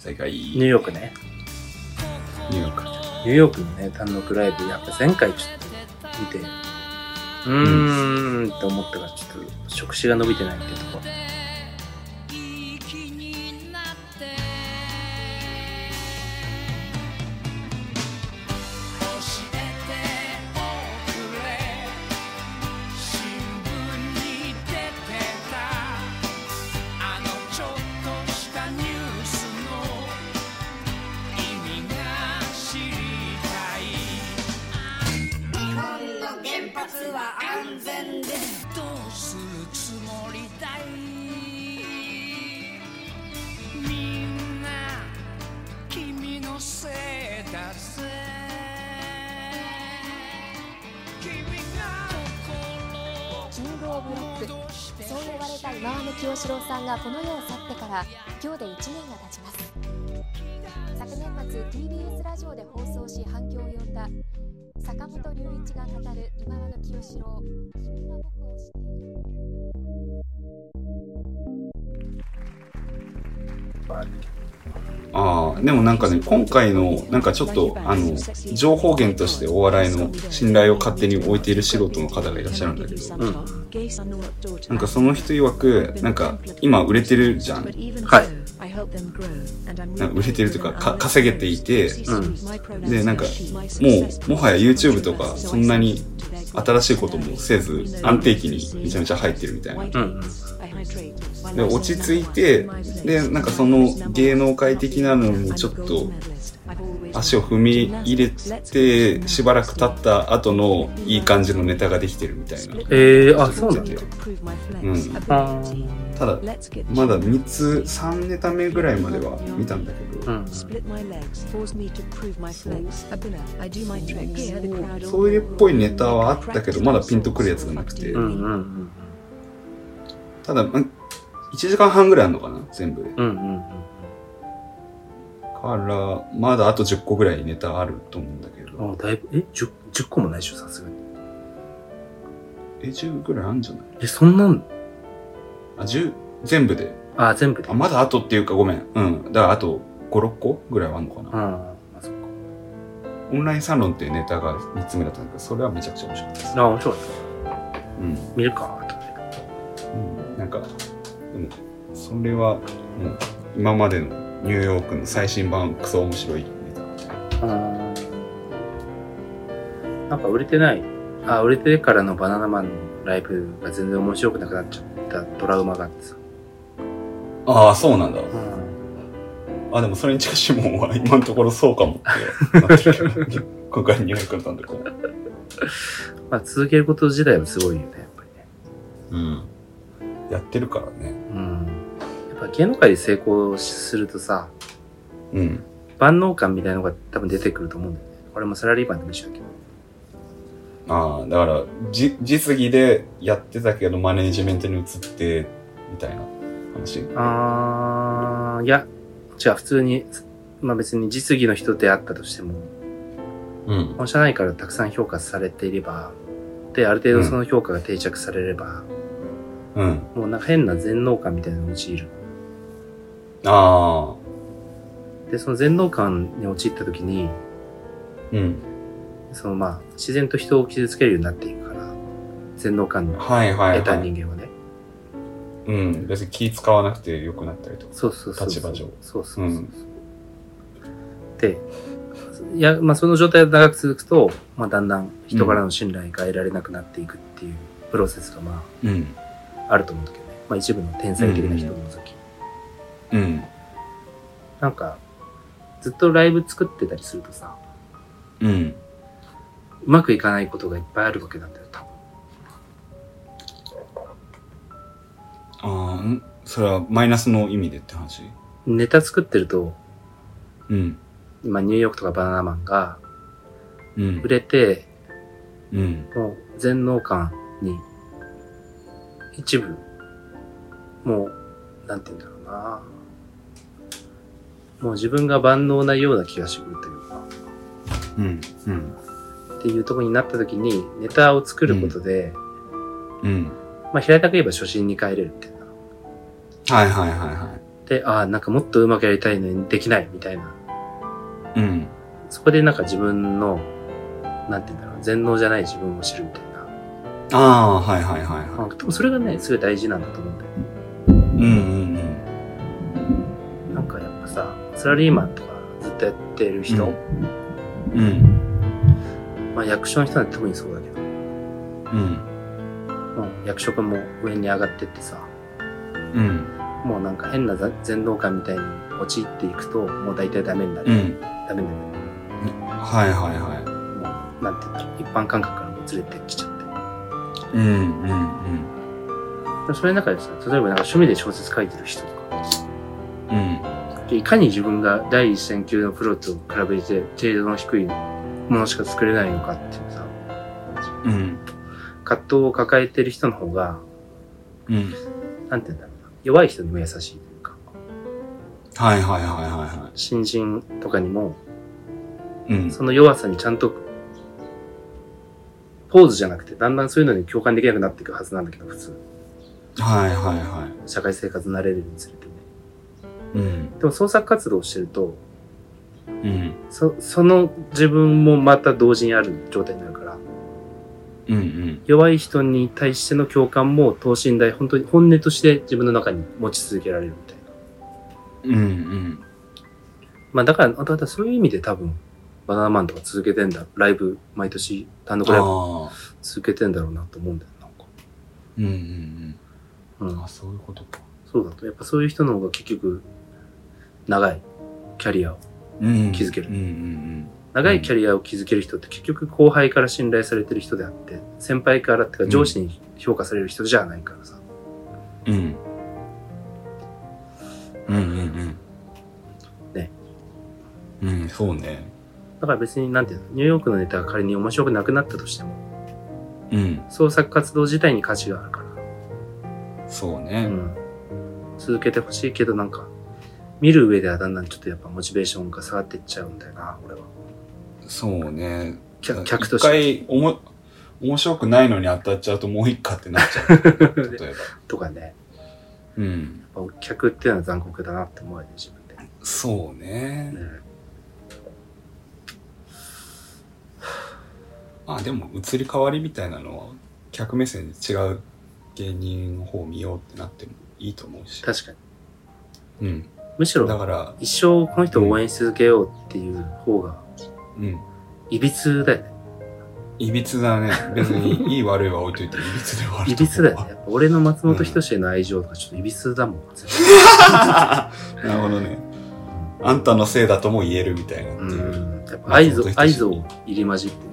大会。 ニューヨークね。 ニューヨーク。 ニューヨークのね、単独ライブ、やっぱ前回ちょっと見て、って思ったから、ちょっと触手が伸びてないっていうところ。 そう呼ばれた今和清志郎さんがこの世を去ってから今日で1年が経ちます。昨年末 TBS ラジオで放送し反響を呼んだ坂本龍一が語る今和清志郎、君は僕を知っている。 ああ、でもなんかね、今回の、なんかちょっと、情報源としてお笑いの信頼を勝手に置いている素人の方がいらっしゃるんだけど、なんかその人曰く、なんか今売れてるじゃん。はい。なんか売れてるというか、稼げていて、で、なんか、もはや YouTube とか、そんなに新しいこともせず、安定期にめちゃめちゃ入ってるみたいな。で落ち着いて、でなんかその芸能界的なのにちょっと足を踏み入れてしばらく経った後のいい感じのネタができてるみたいな。 あ、そうなんだ。 ただまだ3ネタ目ぐらいまでは見たんだけど、そういうっぽいネタはあったけどまだピンとくるやつがなくて、ただ1時間半ぐらいあるのかな全部で。からまだあと10個ぐらいネタあると思うんだけど。 だいぶ10個もないでしょさすがに。 10ぐらいあるんじゃない？ そんなん？ 10全部で。 全部で。 まだあとっていうかごめん。だからあと5、6個ぐらいはあるのかな。 そっか。 オンラインサロンっていうネタが3つ目だったんだけど、それはめちゃくちゃ面白かったです。 面白かった。見るかと。 なんか。でもそれはもう今までのニューヨークの最新版クソ面白いネタ。 なんか売れててからのバナナマンのライブが全然面白くなくなっちゃったトラウマがあってさ。 そうなんだ。でもそれに近しいもんは今のところそうかもってなってるけど今回ニューヨークの単独は続けること自体はすごいよねやっぱりね。 やってるからね。 やっぱ芸能界で成功するとさ、万能感みたいなのが多分出てくると思うんだよね。俺もサラリーマンでも一緒だけど。 だから実技でやってたけどマネージメントに移ってみたいな話。 いやじゃあ普通に別に実技の人であったとしても、本社内からたくさん評価されていれば、である程度その評価が定着されれば。もうなんか変な全能感みたいなのに陥る。で、その全能感に陥った時に、自然と人を傷つけるようになっていくから、全能感の得た人間はね。 別に気使わなくて良くなったりとか。 そう。 立場上。 で、その状態が長く続くと、だんだん人からの信頼が得られなくなっていくっていうプロセスがあると思うんだけどね。一部の天才的な人を除き。なんか、ずっとライブ作ってたりするとさ、うまくいかないことがいっぱいあるわけなんだよ、多分。 それはマイナスの意味でって話？ ネタ作ってると、今ニューヨークとかバナナマンが、売れて、もう全能感に一部、もう、なんて言うんだろうな。もう自分が万能なような気がしてくるというか。っていうところになった時に、ネタを作ることで、平たく言えば初心に帰れるみたいな。 で、なんかもっと上手くやりたいのにできないみたいな。 うん。 そこでなんか自分の、なんて言うんだろう、全能じゃない自分を知るみたいな。 はいはいはいはい。 でもそれがね、すごい大事なんだと思うんだよ。なんかやっぱさ、サラリーマンとかずっとやってる人、まあ役所の人なんて特にそうだけど、もう役職も上に上がってってさ、もうなんか変な全能感みたいに陥っていくと、もう大体ダメになる。ダメになる。 はいはいはい。 もう、なんて言うんだろう、一般感覚からもずれてきちゃって。それの中でさ、例えばなんか趣味で小説書いてる人とか、いかに自分が第一線級のプロと比べて程度の低いものしか作れないのかっていうさ、葛藤を抱えてる人の方が、なんて言うんだろうな、弱い人にも優しいというか、新人とかにも、その弱さにちゃんとポーズじゃなくて、だんだんそういうのに共感できなくなっていくはずなんだけど、普通。社会生活慣れるにつれてね。でも創作活動をしてると、その自分もまた同時にある状態になるから、弱い人に対しての共感も等身大、本当に本音として自分の中に持ち続けられるみたいな。まあだからそういう意味で多分、バナナマンとか続けてんだ。ライブ、毎年単独ライブ続けてんだろうなと思うんだよ、なんか。 そういうことか。 そうだと、やっぱそういう人の方が結局、長いキャリアを築ける。長いキャリアを築ける人って結局後輩から信頼されてる人であって、先輩からってか上司に評価される人じゃないからさ。ね。 そうね。 だから別になんていうの、ニューヨークのネタが仮に面白くなくなったとしても、創作活動自体に価値があるから。 そうね。 続けてほしいけどなんか、見る上ではだんだんちょっとやっぱモチベーションが下がっていっちゃうんだよな、俺は。 そうね。 客として。 一回面白くないのに当たっちゃうともう一回ってなっちゃう。例えば。 とかね。やっぱ客っていうのは残酷だなって思うよね、自分で。 そうね。まあでも移り変わりみたいなのは客目線で違う芸人の方を見ようってなってもいいと思うし。 確かに。むしろだから一生この人を応援し続けようっていう方が、いびつだよね。 いびつだね。別にいい悪いは置いといていびつではある。 いびつだよね。やっぱ俺の松本人志への愛情とかちょっといびつだもん。 なるほどね。あんたのせいだとも言えるみたいな。 やっぱ愛憎入り混じってる。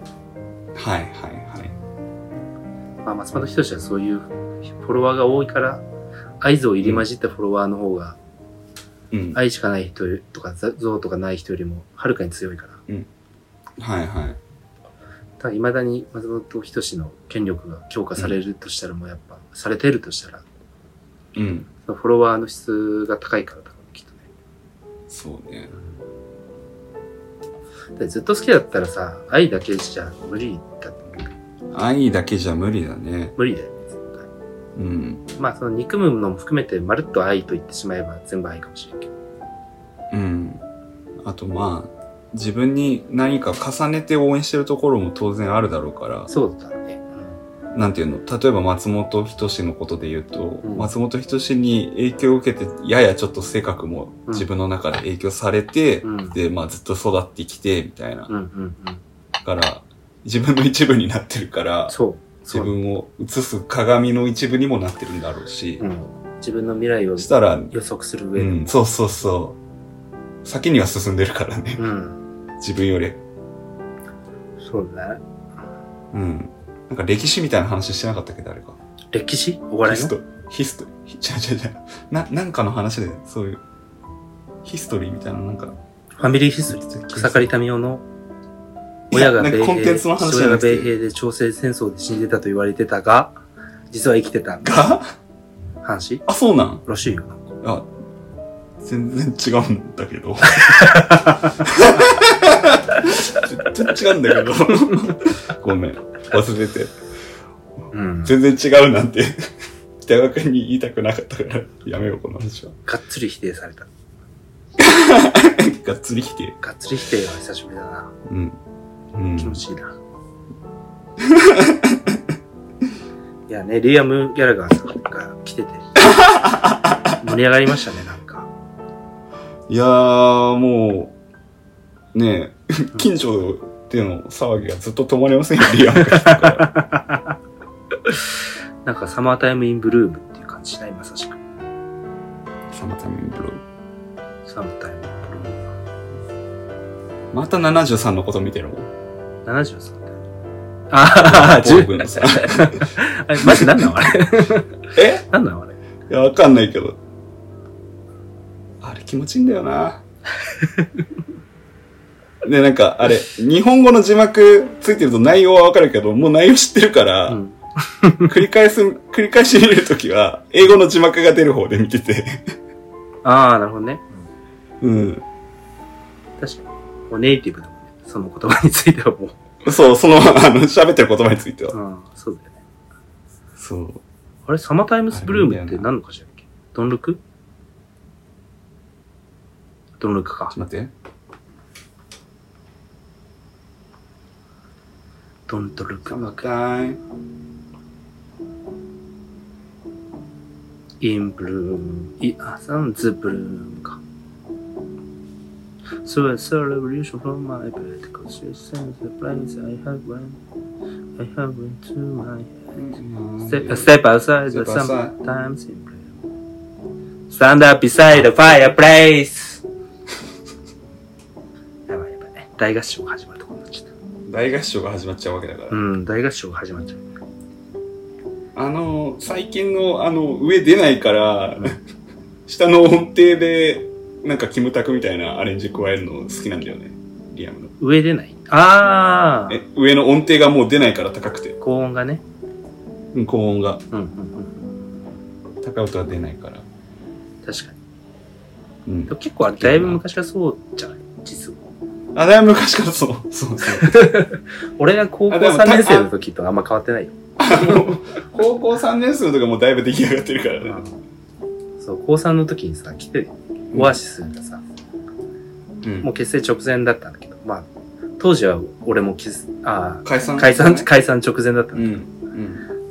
まあ松本人志はそういうフォロワーが多いから、愛憎入り混じったフォロワーの方が、愛しかない人とか憎とかない人よりもはるかに強いから。ただ未だに松本人志の権力が強化されるとしたらもうやっぱ、されてるとしたら、そのフォロワーの質が高いからだからきっとね。 そうね。 ずっと好きだったらさ、愛だけじゃ無理だと思う。 愛だけじゃ無理だね。 無理だよね、絶対。まあその憎むのも含めてまるっと愛と言ってしまえば全部愛かもしれんけど。 あとまあ、自分に何か重ねて応援してるところも当然あるだろうから。 そうだね。 なんていうの、例えば松本人志のことで言うと、松本人志に影響を受けて、ややちょっと性格も自分の中で影響されて、で、まあずっと育ってきて、みたいな。だから、自分の一部になってるから、自分を映す鏡の一部にもなってるんだろうし、 自分の未来をしたら予測する上で。 そうそうそう。先には進んでるからね。自分より。 そうね。 なんか歴史みたいな話してなかったっけ、誰か。 歴史お笑いのヒストリー。なんかの話で、そういう、ヒストリーみたいな、なんか。 ファミリーヒストリー。草刈民生の親が米兵で朝鮮戦争で死んでたと言われてたが、実は生きてた。話？ あ、そうなん？ らしいよ。 あ、全然違うんだけど。全然違うんだけど。ごめん。忘れて。全然違うなんて。否北川君に言いたくなかったから、やめよう、この話は。 がっつり否定された。 がっつり否定。 がっつり否定は久しぶりだな。 うん。うん、 気持ちいいな。いやね、リアム・ギャラガーさんが来てて、盛り上がりましたね、なんか。 いやー、もう、ねえ、近所での騒ぎがずっと止まりませんよ、リアムが来たから。 なんか、サマータイム・イン・ブルームっていう感じしない、まさしく。 サマータイム・イン・ブルーム。 サマータイム・イン・ブルーム。 また73のこと見てるもん。 73だよ。ああ、10分だった。あれ、マジなんなのあれ。 えなんなのあれ。 いや、わかんないけど。あれ気持ちいいんだよな。で、なんか、あれ、日本語の字幕ついてると内容はわかるけど、もう内容知ってるから、うん、繰り返し見るときは、英語の字幕が出る方で見てて。 ああ、なるほどね。 うん。 確かに。もうネイティブだもんね。その言葉についてはもう。 そう、喋ってる言葉については。 うん、そうだよね。 そう。 あれ、サマータイムスブルームって何の歌詞だっけ？ドンルクか。 ちょっと待って。 ドントルク。 サマータイム。 インブルーム。サンズブルームか。So it's a revolution from my bed, cause you sense the place I have went to my head. Step outside the sometimes in blue. Stand up beside the fireplace. やばいね。大合唱が始まるところになっちゃった。 大合唱が始まっちゃうわけだから。 うん、大合唱が始まっちゃう。 最近の上出ないから、下の音程で、なんかキムタクみたいなアレンジ加えるの好きなんだよね。リアムの。 上出ない？ああ。 上の音程がもう出ないから高くて。 高音がね。 うん、高音が。 うんうんうん。高い音が出ないから。 確かに。うん。 結構あれ、だいぶ昔からそうじゃない？実は。 だいぶ昔からそう。そう。 俺が高校3年生の時とあんま変わってないよ。 高校3年生の時はもうだいぶ出来上がってるからね。 そう、高3の時にさ、来て、オアシスがさ、うん、もう結成直前だったんだけど、まあ、当時は俺も解散直前だったんだけど、うんうん、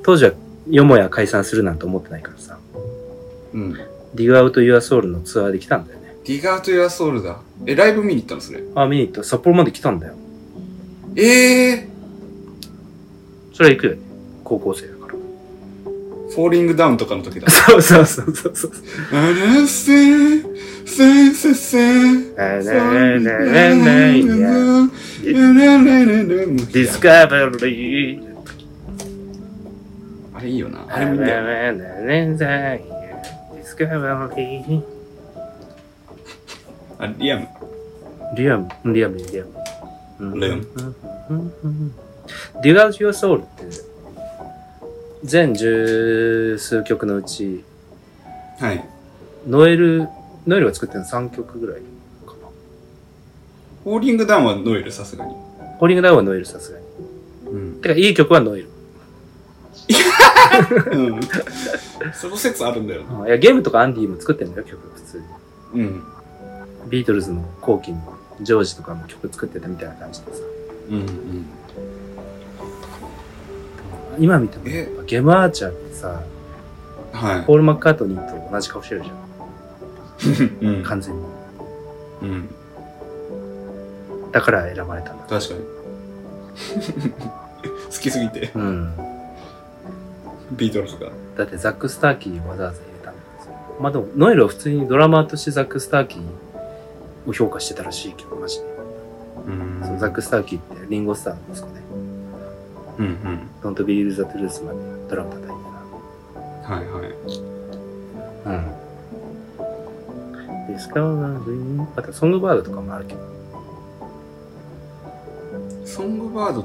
当時はよもや解散するなんて思ってないからさ、 うん、 ディグアウト・ユア・ソウルのツアーで来たんだよね。 ディグアウト・ユア・ソウルだ。ライブ見に行ったのそれ？ 見に行った。札幌まで来たんだよ。それは行くよね。高校生だから。 フォーリングダウンとかの時だ。 そう。ディスカバリー。 あれいいよな。あれ見たよ。ディスカバリー。 リアム。 ディグアウト・ユア・ソウルって、全十数曲のうち、 はい。 ノエルが作ってるの3曲ぐらいかな。 フォーリングダウンはノエルさすがに。 フォーリングダウンはノエルさすがに。うん。てか、いい曲はノエル。 うん。その説あるんだよな。 いや、ゲームとかアンディも作ってんだよ、曲普通に。 うん。 ビートルズの後期のジョージとかも曲作ってたみたいな感じでさ。 うんうん。 今見てもゲムアーチャーってさ、 はい、 ポール・マッカートニーと同じ顔してるじゃん。うん、完全に。 うん。 だから選ばれたんだ。 確かに。好きすぎて。 うん。 ビートルズが。だってザック・スターキーわざわざ入れたんですよ。まあでも、ノエルは普通にドラマーとしてザック・スターキーを評価してたらしいけど、マジで。そうザック・スターキーってリンゴスターの息子ね。 うんうん。 ドントビリールザトゥルースまでドラム叩いてな。 はいはい。 うん。ディスカバーリー。あとソングバードとかもあるけど。 ソングバードって。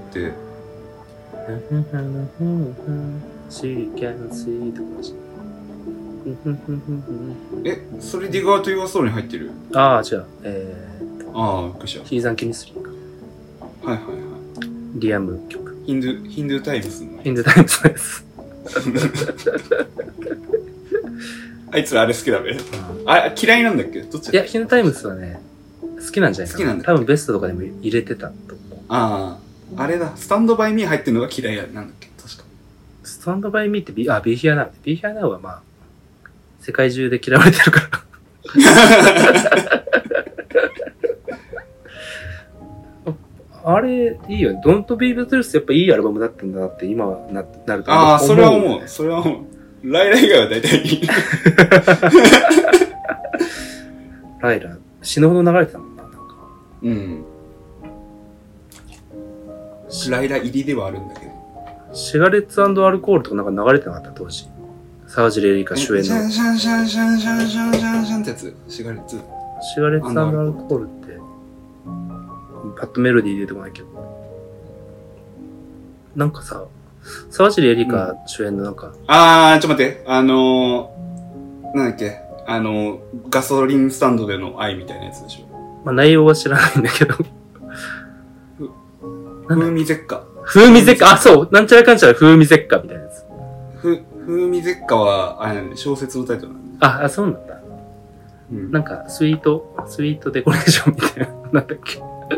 She can see とかし。 それディグアウト・ユア・ソウルに入ってる？ 違う。びっくりした。ヒーザン・ケミスリーか。 はいはいはい。 リアム曲。 ヒンドゥータイムスの。 ヒンドゥータイムスです。 あいつらあれ好きだべ。あ、嫌いなんだっけ？どっちだっけ？ いや、ヒノタイムスはね、好きなんじゃないかな。 好きなんだ。 多分ベストとかでも入れてたと思う。 ああ、あれだ。スタンドバイミー入ってるのが嫌いなんだっけ？確か。 スタンドバイミーってビーヒアナウ。ビーヒアナウはまあ、世界中で嫌われてるから。あれ、いいよね。Don't Be the Truth やっぱいいアルバムだったんだなって今はなると。 ああ、それは思う。それは思う。ライラ以外は大体いい。 ライラ、死ぬほど流れてたもんな、なんか。 うん。ライラ入りではあるんだけど。 シガレッツ&アルコールとかなんか流れてなかった当時。沢尻エリカ主演の。 シャンシャンシャンシャンシャンシャンシャンシャンってやつ。シガレッツ。 シガレッツ&アルコールって、パッとメロディー出てこないけど。なんかさ、沢尻エリカ主演のなんか。 ちょっと待って。なんだっけ。ガソリンスタンドでの愛みたいなやつでしょ。 まあ内容は知らないんだけど。 風味絶果。 風味絶果、あ、そう。なんちゃらかんちゃら風味絶果みたいなやつ。 風味絶果は、あれなんで、小説のタイトルなんで。 あ、そうなんだ。 うん、 なんか、スイートデコレーションみたいな。なんだっけ。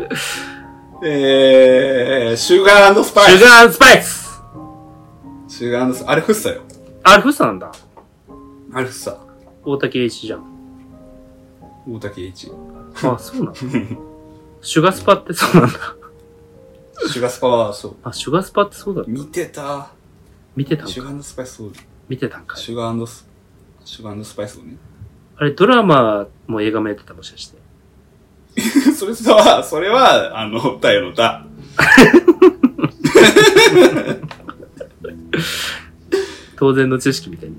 シュガー&スパイス。 シュガー&スパイスシュガー&スパイス。あれフッサよ。 あれフッサなんだ。 あれフッサ。 大竹栄一じゃん。 大竹栄一。 あ、そうなんだ。シュガスパってそうなんだ。 シュガスパはそう。 あ、シュガスパってそうだった。 見てた。 見てたんか。 シュガー&スパイスそうだ。 見てたんか。 シュガー&スパイスをね。 あれ、ドラマも映画もやってたもしかして。 それは、太陽の太。 当然の知識みたいに、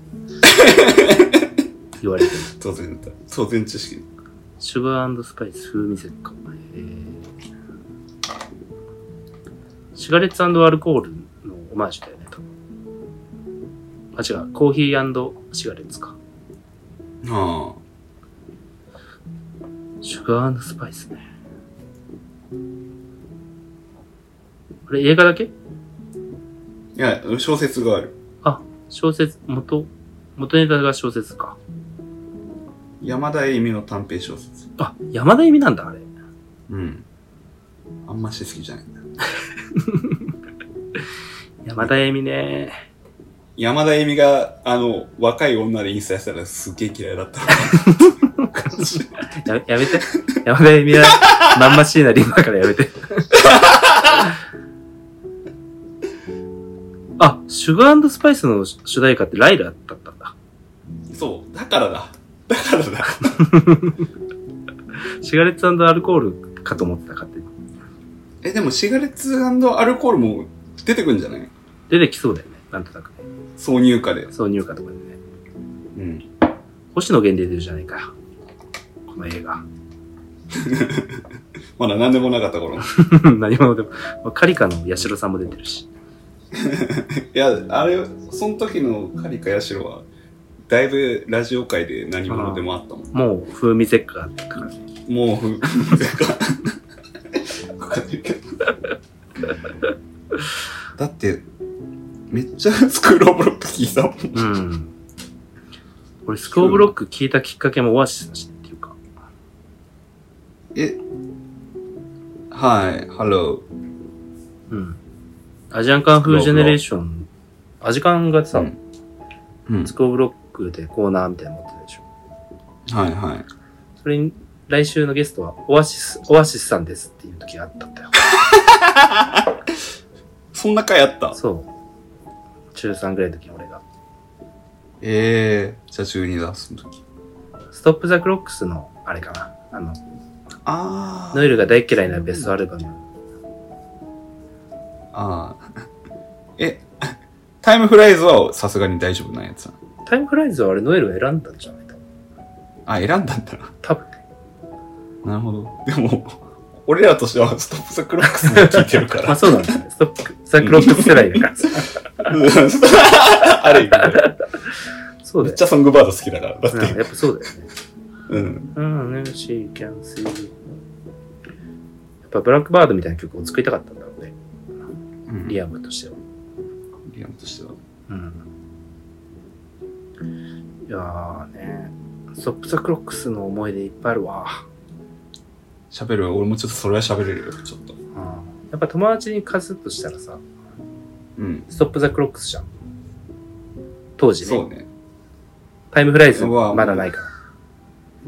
言われてる。 当然知識。 シュガー&スパイス風味絶果。シガレッツ&アルコールのオマージュだよね、多分。あ、違う。コーヒー&シガレッツか。 はあ。 シュガー&スパイスね。あれ、映画だけ？ いや、小説がある。 あ、小説、元ネタが小説か。 山田栄美の短編小説。 あ、山田栄美なんだ、あれ。 うん。あんまし好きじゃないんだ。 山田栄美ね。 山田栄美が、若い女でインスタしたらすっげえ嫌いだった。 やめて。山田栄美は、まんましいなリンだからやめて。あ、シュガー&スパイスの主題歌ってライラだったんだ。 そう。だからだ。 シガレッツ&アルコールかと思ってた、勝手に。 でもシガレッツ&アルコールも出てくんじゃない？ 出てきそうだよね。なんとなくね。 挿入歌で。 挿入歌とかでね。 うん。 星野源出てるじゃないか。この映画。 まだ何でもなかった頃。 何者でも。カリカの八代さんも出てるし。 いや、あれ、その時のカリカ八代は、だいぶラジオ界で何者でもあったもん。 もう風味絶果があったから。 もう風味絶果。だって、めっちゃスクールオブロック聞いたもん。 うん。俺スクールオブロック聞いたきっかけもオアシスだしっていうか。 はい、ハロー。うん。アジアンカンフージェネレーション、アジカンがさ、 うん、 スクールオブロックでコーナーみたいなの持ってたでしょ。 はいはい。 それに、来週のゲストはオアシスさんですっていう時があったんだよ。 そんな回あった？ そう。中3ぐらいの時に俺が。 じゃあ中2だ、その時。 ストップザクロックスの、あれかな。ノエルが大嫌いなベストアルバム。 タイムフライズはさすがに大丈夫なやつな。 タイムフライズはあれノエルが選んだんじゃないか。 選んだんだな。 多分ね。 なるほど。でも、俺らとしてはストップザクロックスも聞いてるから。 まあそうなんだね。ストップザクロックス世代だからさ。 あれ、 そうだよ。 めっちゃソングバード好きだから。だって。 やっぱそうだよね。 うん。 ね、she can see. やっぱブラックバードみたいな曲を作りたかったんだろうね。リアムとしては。 リアムとしては。 うん。 いやーね、ストップザクロックスの思い出いっぱいあるわ。 喋る？俺もちょっとそれは喋れるよ、ちょっと。 やっぱ友達に貸すとしたらさ、ストップザクロックスじゃん。当時ね。 そうね。 タイムフライズはまだないから。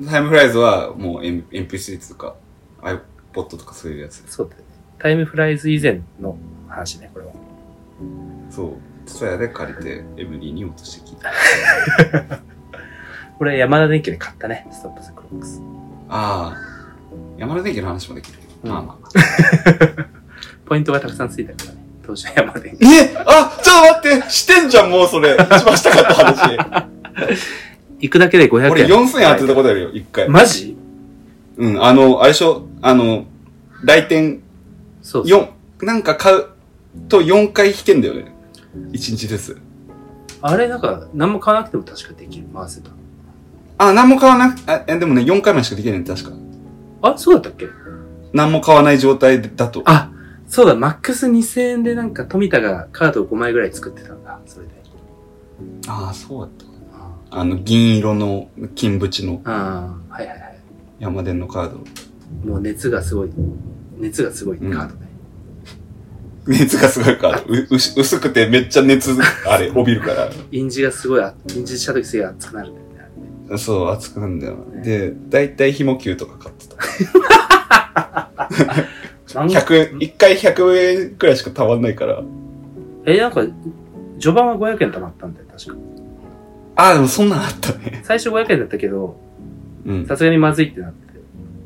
タイムフライズはもう MP3 とか iPod とかそういうやつ。 そうだよね。タイムフライズ以前の話ね、これは。 そう。ツタヤで借りて MD に落として聞いた。 これ山田電機で買ったね、ストップザクロックス。 ああ。山田電機の話もできるけど。まあまあ。 ポイントがたくさんついたからね。当時は山田電機。 ちょっと待って、してんじゃん、もうそれ。一番したかった話。 行くだけで500円。 俺4000円当てたことあるよ、1回。 マジ？ うん、あれでしょ、来店、 そう。 なんか買うと4回引けんだよね。1日です。 あれ、なんか、何も買わなくても確かできる。回せた。 何も買わなく、でもね、4回までしかできないんだ、確か。 あ、そうだったっけ？ 何も買わない状態だと。 あ、そうだ、マックス2000円でなんか富田がカードを5枚ぐらい作ってたんだ、それで。 ああ、そうだった。銀色の金縁の。 はいはいはい。 山電のカード。 もう熱がすごいカードね。 熱がすごいカード。薄くてめっちゃ熱、帯びるから。 印字がすごい、印字した時すげえ熱くなるんだよね。そう、熱くなるんだよ。で、だいたい紐球とか買ってた。1回100円くらいしかたまんないから。 なんか、序盤は500円貯まったんだよ、確か。 でもそんなのあったね。 最初500円だったけど、さすがにまずいってなって。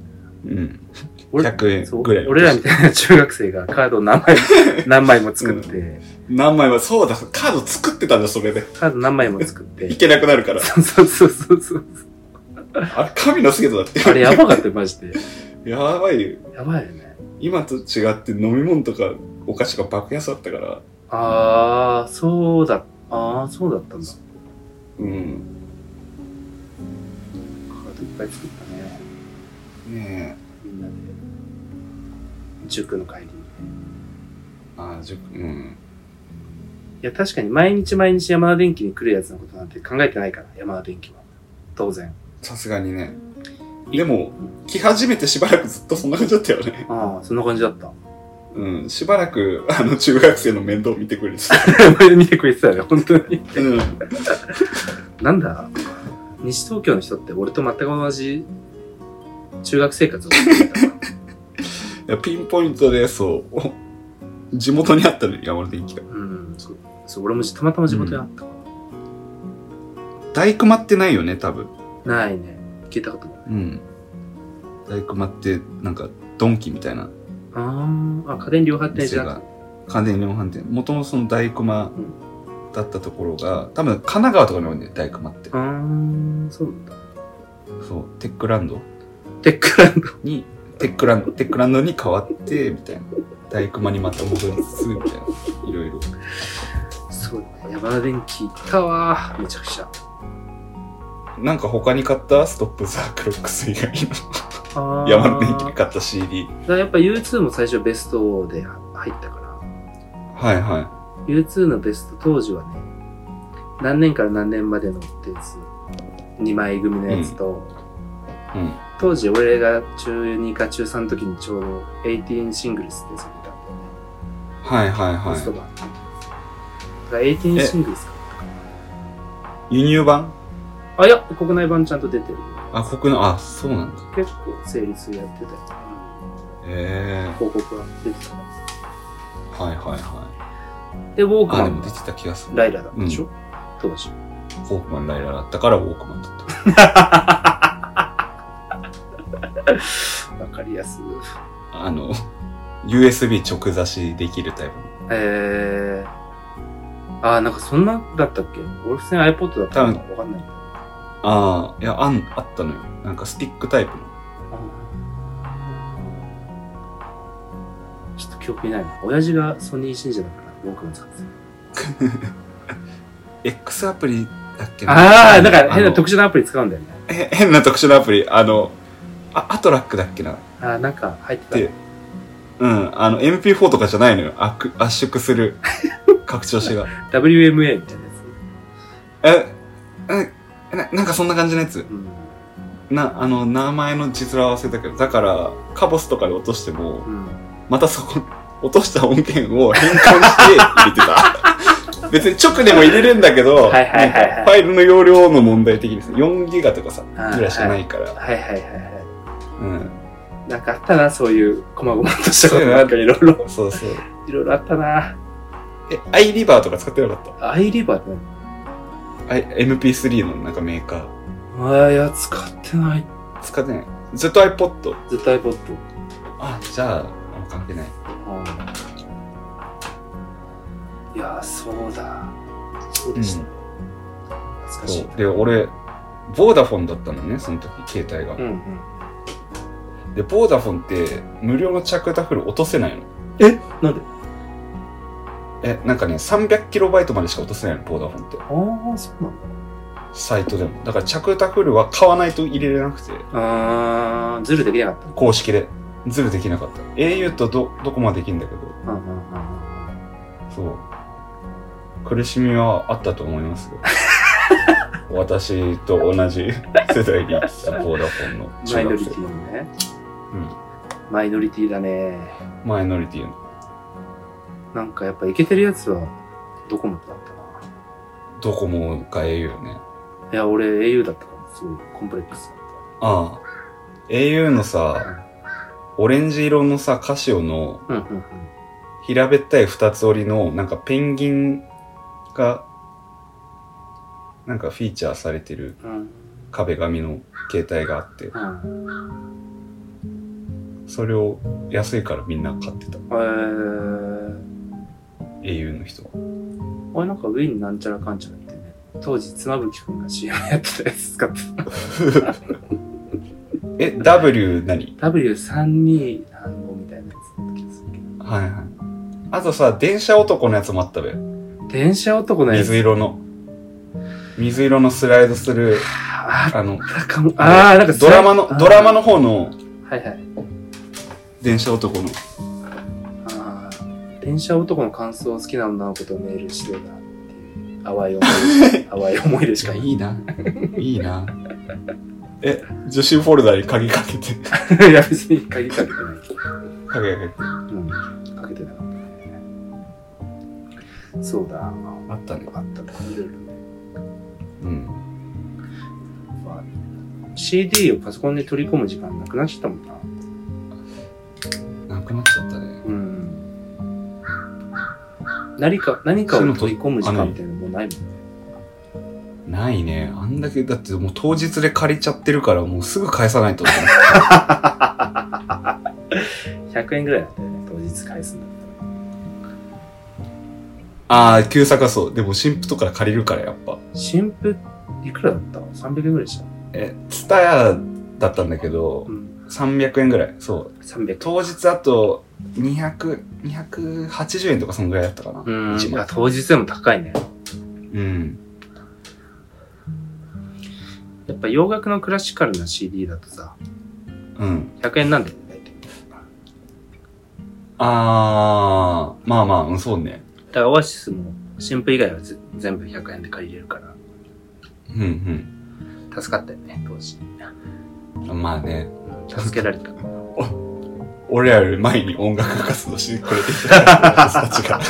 100円ぐらい。 俺らみたいな中学生がカードを何枚も作って。 何枚も、そうだ、カード作ってたんだ、それで。 カード何枚も作って。 いけなくなるから。 そう。 あれ、神の助とだって。 あれやばかったよ、マジで。 やばいよ。 やばいよね。 今と違って飲み物とかお菓子が爆安だったから。 そうだったんだ。 うん。 カードいっぱい作ったね。 ねえ。 みんなで。塾の帰りに。 塾、うん。 いや、確かに毎日山田電機に来るやつのことなんて考えてないから、山田電機は。当然。 さすがにね。でも、来始めてしばらくずっとそんな感じだったよね。 そんな感じだった。 うん、しばらく、中学生の面倒見てくれてた。 見てくれてたよね、本当に。なんだ、西東京の人って俺と全く同じ中学生活をしてた。いや、ピンポイントで、地元にあったのよ、山田電機が。 そう、俺もたまたま地元にあったから。 大熊ってないよね、多分。 ないね。聞いたことない。 うん。大熊って、なんか、ドンキみたいな。 家電量販店じゃなくて。 家電量販店。元のその大熊だったところが、多分神奈川とかにあるんだよ、大熊って。 そうなんだ。 そう、テックランドテックランドに変わって、みたいな。大熊にまた戻りつつ、みたいな。いろいろ。 そうだね。山田電機行ったわ。めちゃくちゃ。 なんか他に買ったストップザクロックス以外の山田電機で買った CD。 やっぱ U2 も最初ベストで入ったから。 はいはい。 U2 のベスト当時はね、何年から何年までのってやつ、2枚組のやつと、当時俺が中2か中3の時にちょうど18シングルスってやつを見たんだよね。 はいはいはい。 ベスト版。だから18シングルスかったかな。 輸入版？ いや、国内版ちゃんと出てるよ。 そうなんだ。 結構成立やってたよ。広告は出てたね。 はいはいはい。 で、ウォークマン。 でも出てた気がする。 ライラだったでしょ？当時。 ウォークマンライラだったからウォークマンだった。 わかりやすい。 USB 直差しできるタイプ。 なんかそんなだったっけ？俺普通に iPod だったのかわかんない。 いや、あったのよ。なんかスティックタイプの。 ちょっと記憶にないな。親父がソニー信者だから僕も使ってた。 X アプリだっけな。なんか変な特殊なアプリ使うんだよね。 変な特殊なアプリ。アトラックだっけな。 なんか入ってた。 で、MP4 とかじゃないのよ。圧縮する拡張子が。 WMA みたいなやつ。 なんかそんな感じのやつ。名前の字面合わせだけど、だから、カボスとかで落としても、またそこ、落とした音源を変換して入れてた。別に直でも入れるんだけど、ファイルの容量の問題的ですね。4ギガとかさ、ぐらいしかないから。 なんかあったな、そういう細々としたことなんかいろいろ。 そう。 いろいろあったな。 iRiver とか使ってなかった？ iRiver って何？MP3 のなんかメーカー。いや、使ってない。 使ってない。ずっと iPod？ ずっと iPod。 じゃあ、関係ない。 いや、そうだ。そうでした。懐かしい。 で、俺、ボーダフォンだったのね、その時、携帯が。で、ボーダフォンって、無料の着ダフル落とせないの。 なんで？ なんかね、300KB までしか落とせないの、ボーダフォンって。 そうなんだ。 サイトでも。だから着ダフルは買わないと入れれなくて。 ズルできなかった。 公式で。ズルできなかった。au とどこまでできるんだけど。そう。苦しみはあったと思いますよ。私と同じ世代に行ったボーダフォンのマイノリティのね。マイノリティだね。 マイノリティの。 なんかやっぱイケてるやつはドコモだったな。 ドコモか au ね。 いや、俺 au だったからすごいコンプレックスだった。 au のさ、オレンジ色のさ、カシオの平べったい二つ折りのなんかペンギンがなんかフィーチャーされてる壁紙の携帯があって、それを安いからみんな買ってた。au の人は。 俺なんかウィンなんちゃらかんちゃらってね、当時妻夫木くんが CM やってたやつ使ってた。 W 何？ W32 みたいなやつだった気がするけど。 あとさ、電車男のやつもあったべ。 電車男のやつ？ 水色のスライドする、 なんかドラマの方の、電車男の。 電車男の感想好きな女の子とメールしてるなっていう、淡い思いでしかいいな。いいな。女子フォルダに鍵かけて。 いや、別に鍵かけてない。 鍵かけて。 かけてなかったね。そうだ。 あったね。 いろいろね。CD をパソコンで取り込む時間なくなっちゃったもんな。 なくなっちゃったね。 何かを取り込む時間みたいなのもうないもんね。 ないね。あんだけ、だってもう当日で借りちゃってるからもうすぐ返さないと。 100円ぐらいだったよね、当日返すんだったら。 旧作はそう。でも新婦とか借りるからやっぱ。 新婦いくらだった ?300 円ぐらいでした。 ツタヤだったんだけど、300円ぐらい。そう。 300。 当日あと280円とかそのぐらいだったかな。 当日でも高いね。やっぱ洋楽のクラシカルな CD だとさ、100円なんだよね、大体。 そうね。 だからオアシスも新婦以外は全部100円で借りれるから。助かったよね、当時。 まあね。 助けられた。 俺らより前に音楽活動してくれてた人たちが。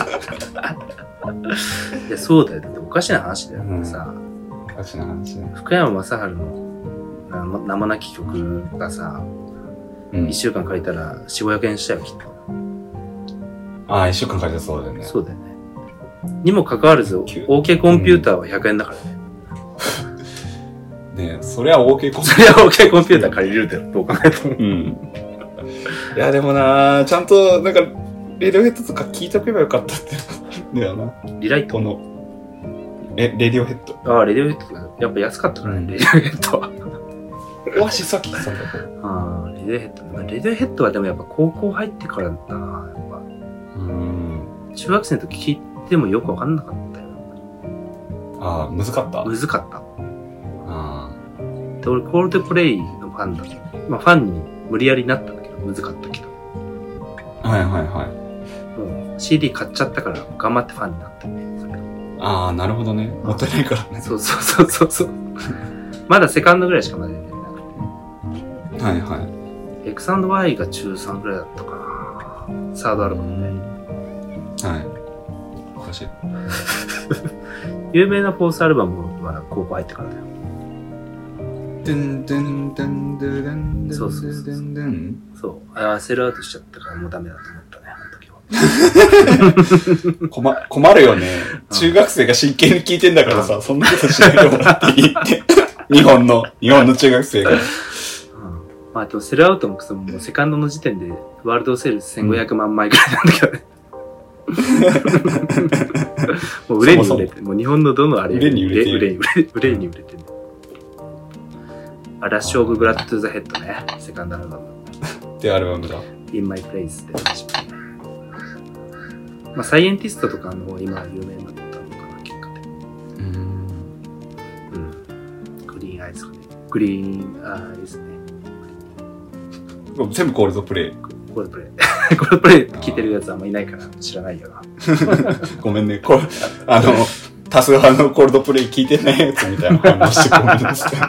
いや、そうだよ。だっておかしな話だよってさ。 おかしな話ね。 福山雅治の名もなき曲がさ、1週間借りたら4、500円したよ、きっと。 1週間借りたらそうだよね。 そうだよね。にもかかわらず、OK コンピューターは100円だからね。 ねえ、それは OK コンピューター。 それは OK コンピューター借りれるだよ、どう考えても。 いや、でもなちゃんと、なんか、レディオヘッドとか聞いとけばよかったって。だよな。 リライトレディオヘッド。 レディオヘッドがやっぱ安かったからね、レディオヘッドは。 オアシスは聞いてたんだけど。 レディオヘッド。レディオヘッドはでもやっぱ高校入ってからだったな、やっぱ。中学生の時聞いてもよくわかんなかったよ。 難かった。 難かった。で、俺、コールドプレイのファンだった。まあ、ファンに無理やりなったんだけど、難かったけど。もう CD 買っちゃったから、頑張ってファンになったね。 なるほどね。もったいないからね。 そう。 まだセカンドぐらいしかまだ出てなくて。はいはい。 X&Y が中3ぐらいだったかな。サードアルバムね。 はい。おかしい。 有名なフォースアルバムは高校入ってからだよ。そうそうそう。そう。セルアウトしちゃったからもうダメだと思ったね、あの時は。困るよね。中学生が真剣に聞いてんだからさ、そんなことしないでもらっていいって。日本の中学生が。 まあでもセルアウトももうセカンドの時点でワールドセールス1500万枚くらいなんだけどね。もう売れに売れて、もう日本のどのあれ売れに売れてる。 売れに売れてる。ラッシュオブブラッドトゥザヘッドね、セカンドアルバム。 ってアルバムだ。 In My Place って話もね。まあサイエンティストとかの今有名になったのかな、結果で。グリーンアイズかね。グリーンアイズね。 全部コールドプレイ。 コールドプレイ。コールドプレイ聞いてるやつあんまいないから知らないよな。 ごめんね。多数派のコールドプレイ聞いてないやつみたいな反応してごめんなさい。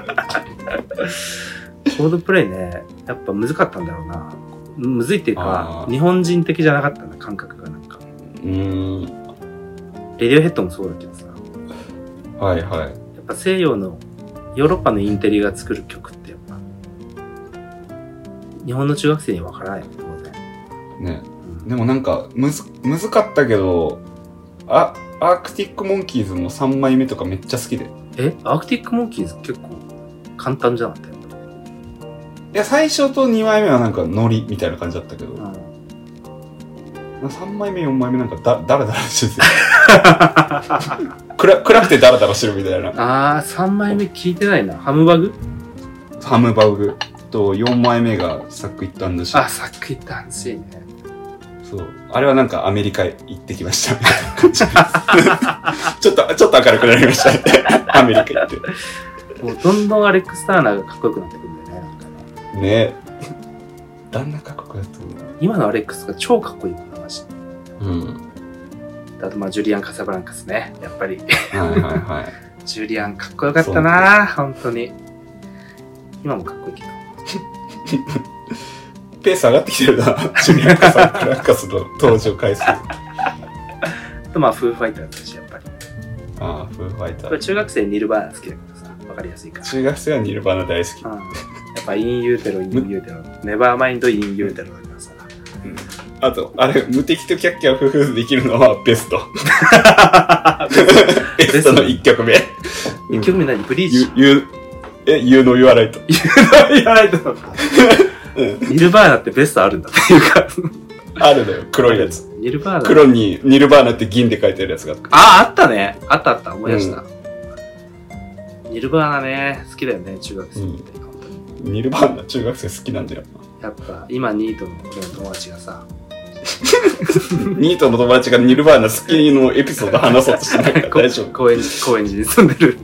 コールドプレイね、やっぱ難かったんだろうな。むずいっていうか、日本人的じゃなかったな、感覚がなんか。レディオヘッドもそうだけどさ。 はいはい。 やっぱ西洋の、ヨーロッパのインテリが作る曲ってやっぱ、日本の中学生には分からないよね、当然。 ね、でもなんか、むずかったけど、アークティックモンキーズの3枚目とかめっちゃ好きで。 アークティックモンキーズ結構簡単じゃなかったよ。 いや、最初と2枚目はなんかノリみたいな感じだったけど、3枚目、4枚目なんかダラダラしてて。暗くてダラダラしてるみたいな。 3枚目聞いてないな。ハムバグと4枚目がサックイットアンドシー。 サックイットアンドシーね。 そう。あれはなんかアメリカへ行ってきましたみたいな感じです。ちょっと明るくなりましたね。アメリカ行って。 もうどんどんアレックス・ターナーがかっこよくなってくるんだよね、なんかね。 ね。だんだんかっこよくなってくる。 今のアレックスが超かっこいいもんな、マジで。あとジュリアン・カサブランカスね、やっぱり。 はい。 ジュリアンかっこよかったなぁ、本当に。今もかっこいいけど。 ペース上がってきてるな、ジュリアン・カサブランカスの登場回数。あとフーファイターだし、やっぱり。 フーファイター。 これ中学生ニルバーナ好きだからさ、わかりやすいから。 中学生はニルバーナ大好き。 やっぱインユーテロ、ネバーマインドインユーテロだからさ。 あと、無敵とキャッキャウフフできるのはベスト。ベストの1曲目。 1曲目何？ブリーチ You know you are right. You know you are right. ニルバーナってベストあるんだっていうか。 あるのよ、黒いやつ。 ニルバーナ。 黒にニルバーナって銀で書いてあるやつがあった。 あったね。あった、思い出した。ニルバーナね、好きだよね、中学生って。 ニルバーナ中学生好きなんだよ。 やっぱ、今ニートの友達がさ、 ニートの友達がニルバーナ好きのエピソード話そうとしてないから大丈夫。 高円寺に住んでる。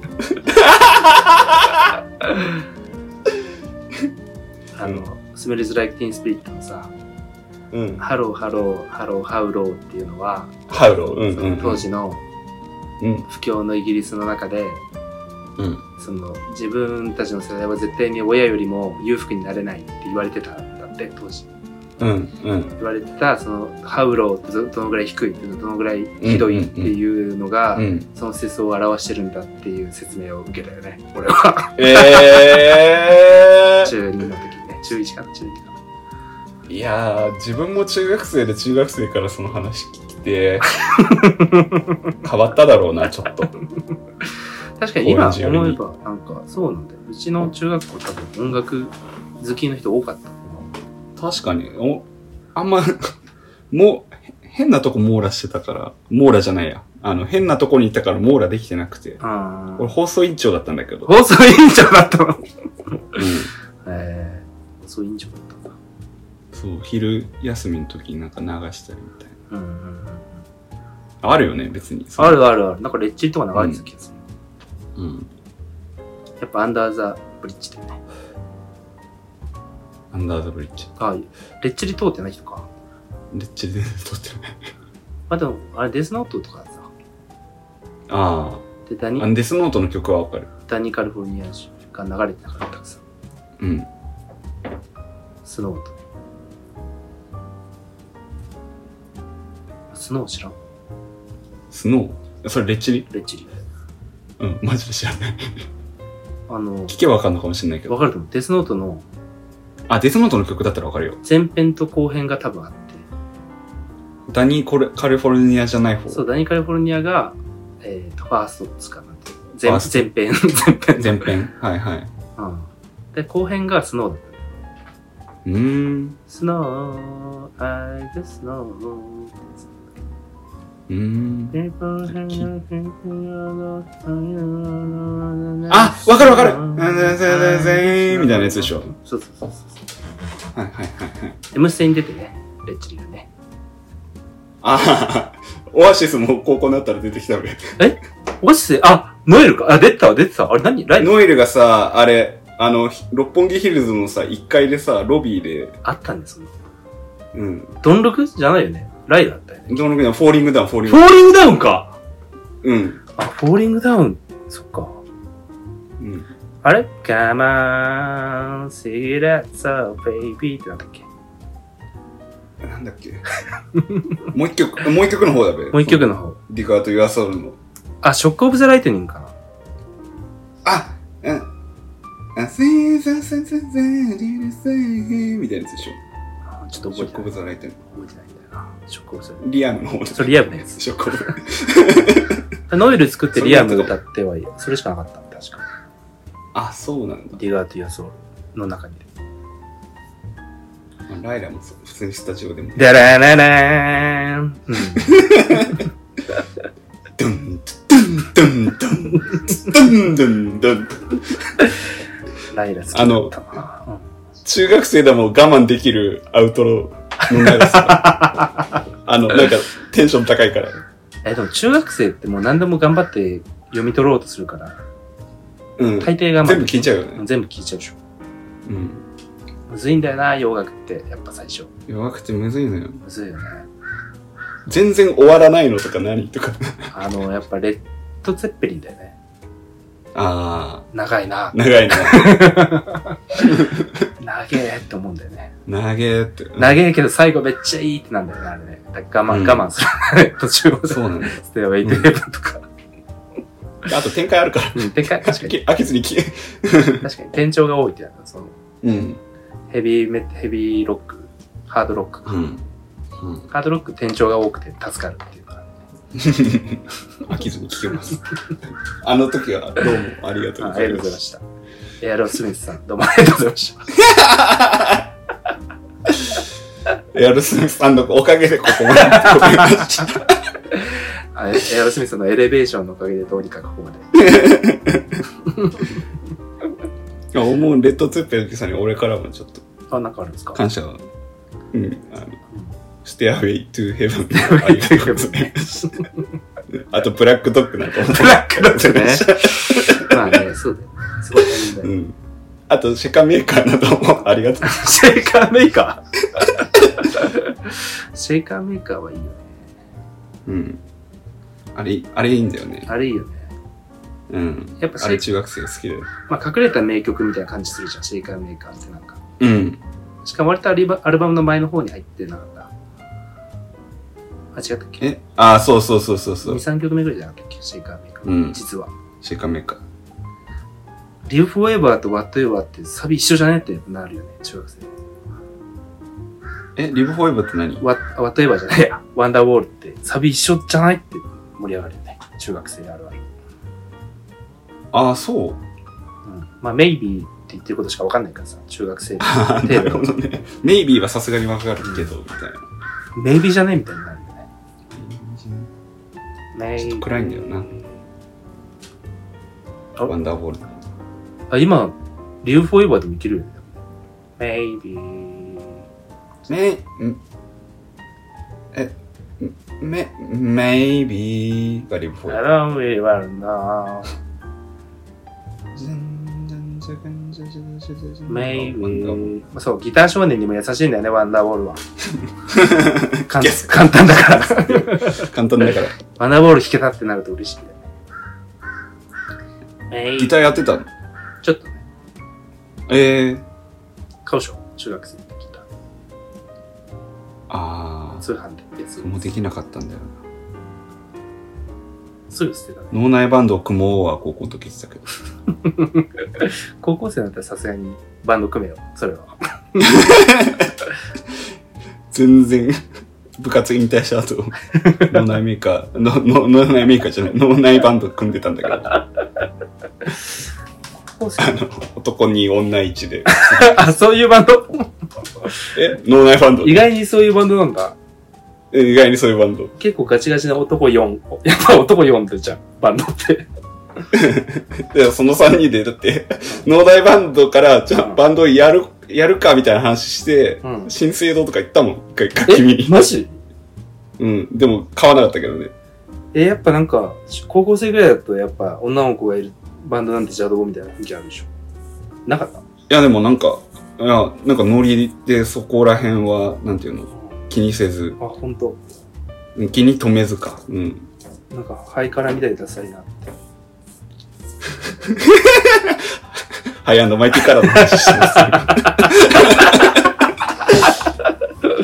スメルズ・ライク・ティーン・スピリットのさ、ハロー、ハロー、ハロー、ハウローっていうのは、 ハウロー、 当時の不況のイギリスの中で、自分たちの世代は絶対に親よりも裕福になれないって言われてたんだって、当時。言われてた、ハウローってどのぐらい低いって、どのぐらいひどいっていうのが、その世相を表してるんだっていう説明を受けたよね、俺は。中2の時にね、中1かな、中2かな。 いやー、自分も中学生で中学生からその話聞いて、変わっただろうな、ちょっと。 確かに今思えば、なんか、そうなんだよ。うちの中学校多分音楽好きの人多かった。 確かに、あんま、もう、変なとこ網羅してたから、網羅じゃないや。変なとこにいたから網羅できてなくて。俺放送委員長だったんだけど。 放送委員長だったの？放送委員長だったんだ。 そう、昼休みの時になんか流したりみたいな。あるよね、別に。 ある。なんかレッチリとか流れてた気がする。やっぱアンダーザブリッジだよね。 アンダーザブリッジ。 レッチリ通ってない人か。 レッチリ全然通ってない。 でも、あれデスノートとかさ。 デスノートの曲はわかる。 ダニ・カリフォルニア州が流れてなかったからさ。 うん。 スノーと。スノー知らん？ スノー？それレッチリ？ レッチリ。 うん、マジで知らない。聞けばわかんのかもしれないけど。 わかると思う。デスノートの。 あ、デスノートの曲だったらわかるよ。 前編と後編が多分あって。 ダニーカリフォルニアじゃない方。 そう、ダニーカリフォルニアが、ファーストですかなんて。前編。 前編。はいはい。 うん。で、後編がスノーだった。スノー、I the snow。 あ、わかるわかるみたいなやつでしょ。 そう。 はい。 M ステに出てね、レッチリがね。 ああ、オアシスも高校になったら出てきたべ。 オアシス、ノエルか。出てた。あれ何？ ノエルがさ、あれ、六本木ヒルズのさ、1階でさ、ロビーで。 あったんですよ。 うん。 ドンロクじゃないよね。ライダーだったよね。 ドンロクじゃない、フォーリングダウン。 フォーリングダウンか。 うん。 フォーリングダウン、そっか。 うん。 あれ ?Come on, see that so baby ってなんだっけ？ なんだっけもう一曲の方だべ。 もう一曲の方。 ディカート・ユア・ソウルの。 ショック・オブ・ザ・ライトニングかな。 みたいなやつでしょ。 ちょっと覚えてない。 ショック・オブ・ザ・ライトニング。 覚えてないんだよな。ショック・オブ・ザ・ライトニング。 リアムの方それリアムのやつ。 ショック・オブ・ノエル作ってリアム歌ってはいい。それしかなかった。確か。 あ、そうなんだ。 ディガート・ユア・ソウルの中にいる。 ライラも普通にスタジオでも。 ダラララーン。 ドンドンドンドンドンドンドン。 ライラ好きだったな。 中学生でも我慢できるアウトロの長さ。なんかテンション高いから。 でも中学生ってもう何でも頑張って読み取ろうとするから。 うん。 大抵我慢。 全部聞いちゃうよね。 全部聞いちゃうでしょ。 うん。 むずいんだよな、洋楽って、やっぱ最初。 洋楽ってむずいのよ。 むずいよね。 全然終わらないのとか何とか。 やっぱレッド・ツェッペリンだよね。長いな。 長いな。 長えって思うんだよね。 長えって。 長えけど最後めっちゃいいってなんだよね、あれね。我慢するね。途中まで。 そうなんだよ。 ステイウェイトヘブンとか。 あと展開あるから。 展開、確かに。 飽きずに確かに、転調が多いってやつ。 うん。 ヘビーロック、ハードロックか。ハードロック転調が多くて助かるっていうか、 飽きずに聴けます。あの時はどうもありがとうございました。 エアロスミスさん、どうもありがとうございました。 エアロスミスさんのおかげでここまで来れました。 エアロスミスのエレベーションのおかげでどうにかここまで。 思うレッド・ツェッペリンさんに俺からもちょっと。 なんかあるんですか？ 感謝は。うん。ステアウェイトゥヘブン。ありがとうございます。あと、ブラックドッグなんかも。 ブラックドッグね。まあね、そうだよ。すごい大変だよ。 うん。あと、シェカメーカーなどもありがとう。 シェカメーカーシェカメーカーはいいよね。 うん。あれいいんだよね。 あれいいよね。 うん。やっぱあれ中学生好きだよ。 まあ、隠れた名曲みたいな感じするじゃん、シェイカーメーカーってなんか。 うん。 しかも割とアルバムの前の方に入ってなかった。違ったっけ？ そう。2、 3曲目ぐらいじゃなかったっけ？シェイカーメーカー。 うん。 実は。 シェイカーメーカー。 Live Forever と Whatever ってサビ一緒じゃねってなるよね、中学生。 Live Forever って何？ Whatever じゃないや。Wonderwall ってサビ一緒じゃないって盛り上がるよね。中学生あるある。 そう。 まあ、Maybe って言ってることしかわかんないからさ、中学生なるほどね。Maybe はさすがにわかるけど、みたいな。 Maybe じゃねみたいになるんだね。 ちょっと暗いんだよな。ワンダーボール。 今、Live Forever でもいけるよね。Maybe。 Maybe が Live Forever。 I don't really wanna know. Maybe そう、ギター少年にも優しいんだよね、ワンダーボールは。簡単だから。 簡単だから。 ワンダーボール弾けたってなると嬉しいんだよね。 ギターやってたの？ ちょっとね。 買うでしょ中学生の時だ。通販で別に。もうできなかったんだよな。 すぐ捨てたね。 脳内バンドを組もうは高校の時言ってたけど。 高校生だったらさすがにバンド組めよ、それは。 全然、部活引退した後、脳内メーカー、脳内メーカーじゃない、脳内バンド組んでたんだけど。男2女1で。 あ、そういうバンド脳内バンド。 意外にそういうバンドなんだ。 意外にそういうバンド。 結構ガチガチな男4。やっぱ男4ってじゃん、バンドって。 でその3人で、だって、農大バンドから、バンドやるかみたいな話して、新生堂とか行ったもん、一回、君に。 マジ？ うん。でも、買わなかったけどね。 やっぱなんか、高校生ぐらいだと、やっぱ女の子がいるバンドなんて邪道みたいな雰囲気あるでしょ。なかった？いや、でもなんかノリでそこら辺は、なんていうの、気にせず。 あ、ほんと。 気に留めずか。うん。 なんか、ハイカラみたいでダサいなって。 ハイ&マイティカラーの話してます。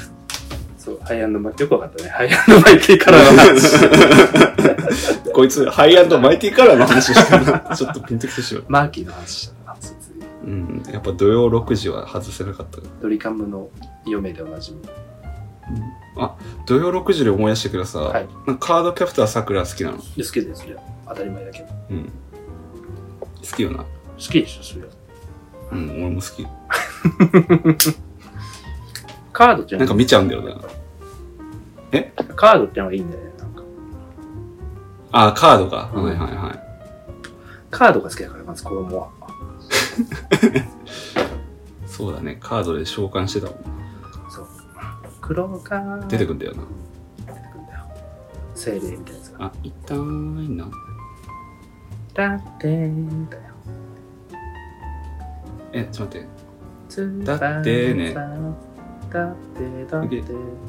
そう、ハイ&マイティ、よくわかったね。ハイ&マイティカラーの話。こいつ、ハイ&マイティカラーの話してるな。ちょっとピンときてしまう。 マーキーの話したな、 うん。やっぱ土曜6時は外せなかった。 ドリカムの嫁でおなじみ。 あ、土曜6時で思い出してください。はい、カードキャプターさくら好きなの？ 好きですよ。当たり前だけど。 うん。好きよな。好きでしょ、それは。 うん、俺も好き。 カードってなんか見ちゃうんだよな。 カードってのがいいんだよね、なんか。 あ、カードか。はいはいはい。 カードが好きだから、まず子供は。 そうだね、カードで召喚してたもん。 そう。黒が出てくんだよな。 出てくんだよ。精霊みたいなやつが。 あ、痛いな。 だってーだよ。 ちょっと待って。だってね。 だって。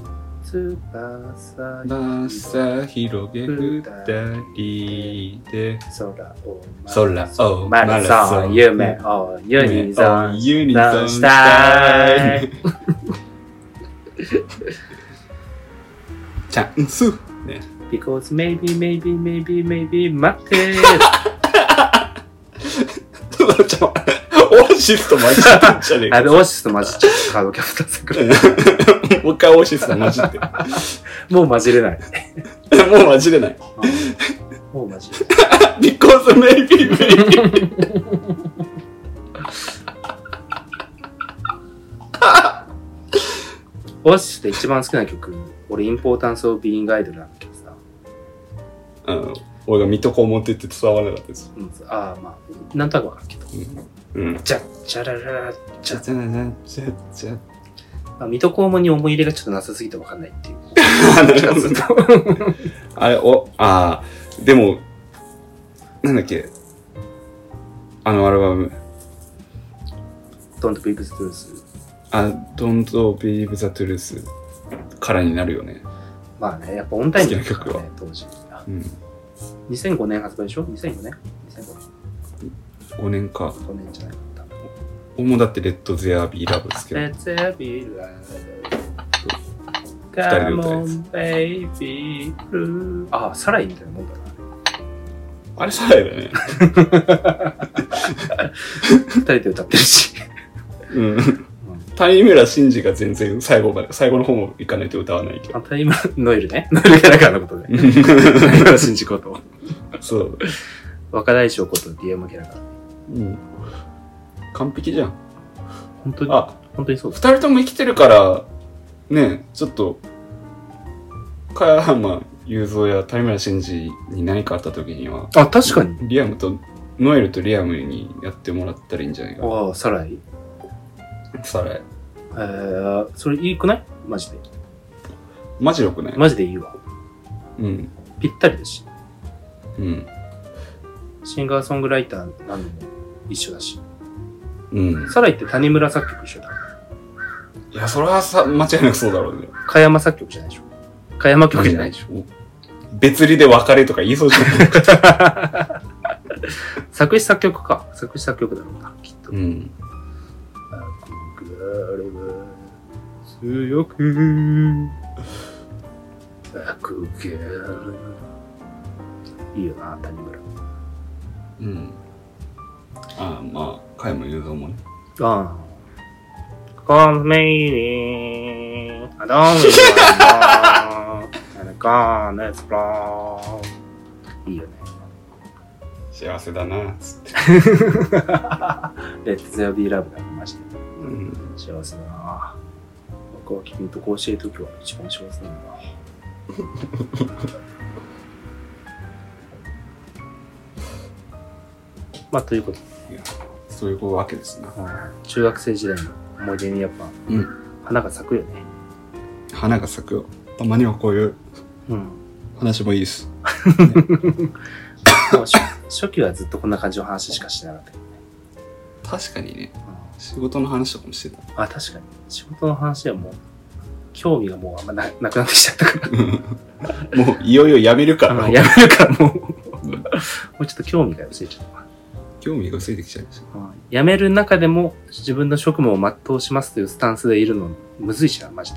翼広げ二人で空をマラソン夢をユニゾンしたいチャンスね Because maybe 待ってオアシスと混じってんじゃねえか。 オアシスと混じっちゃうカードキャプターさくら。 もう一回オアシスと混じって。 もう混じれない。 もう混じれない。 もう混じれない。 Because maybe オアシスで一番好きな曲、俺インポータンスオブビーイングアイドルなんだけどさ。 俺が水戸黄門って言って伝わらなかったです。 ああ、まあ、なんとなくわかるけど。じゃっちゃららら、じゃっちゃららら、じゃっちゃ。水戸黄門に思い入れがちょっとなさすぎてわかんないっていう。 あれ、でも、なんだっけ、あのアルバム。 Don't Believe the Truth。 Don't Believe the Truth からになるよね。 まあね、やっぱオンタイムの曲は、 ね、当時。2005年発売でしょ ?2005 年 ?5 年か。 5年じゃなかった。 主だってレッドゼアビーラブですけど。 レッドゼアビーラブ。 2人で歌うやつ。 あ、サライみたいなもんだな。 あれサライだね。 2人で歌ってるし。 谷村新司が全然最後の方も行かないと歌わないけど。 谷村、ノエルね。ノエルキャラクターのことで。谷村新司こと。 そう。 若大将こと DM キャラクター。完璧じゃん。 本当に本当にそう 2人とも生きてるから、ね、ちょっと、加山雄三や谷村新司に何かあった時には。 確かに。 ノエルとリアムにやってもらったらいいんじゃないかな。 サライサライ。 それいいくないマジで。 マジよくないマジでいいわ。ぴったりだし。シンガーソングライターなのも一緒だし。サライって谷村作曲一緒だ。 いや、それは間違いなくそうだろうね。 加山作曲じゃないでしょ。加山曲じゃないでしょ。 別離で別れとか言いそうじゃない作詞作曲か。作詞作曲だろうな、きっと。 うん。憧れは強く憧れいいよな、谷村。 うん。ああ、まあ、加山雄三もね。 ああ。Call me, I don't really want to explore. いいよね。 幸せだな、つって。 レッツゼロビーラブだね、マジで。 うん。 幸せだな。僕は君とこうしているときは一番幸せなんだ。まあ、ということで。 いや、そういうわけですな。 中学生時代の思い出にやっぱ、うん、花が咲くよね。 花が咲くよ。たまにはこういう話もいいです。 ね、初期はずっとこんな感じの話しかしてなかったけどね。 確かにね、仕事の話とかもしてた。 あ、確かに。仕事の話はもう、興味がもうあんま なくなってきちゃったから。 もういよいよやめるから。 やめるからもう。もうちょっと興味が薄れちゃった。 興味が薄れてきちゃいました。 辞める中でも自分の職務を全うしますというスタンスでいるのむずいしな、マジで。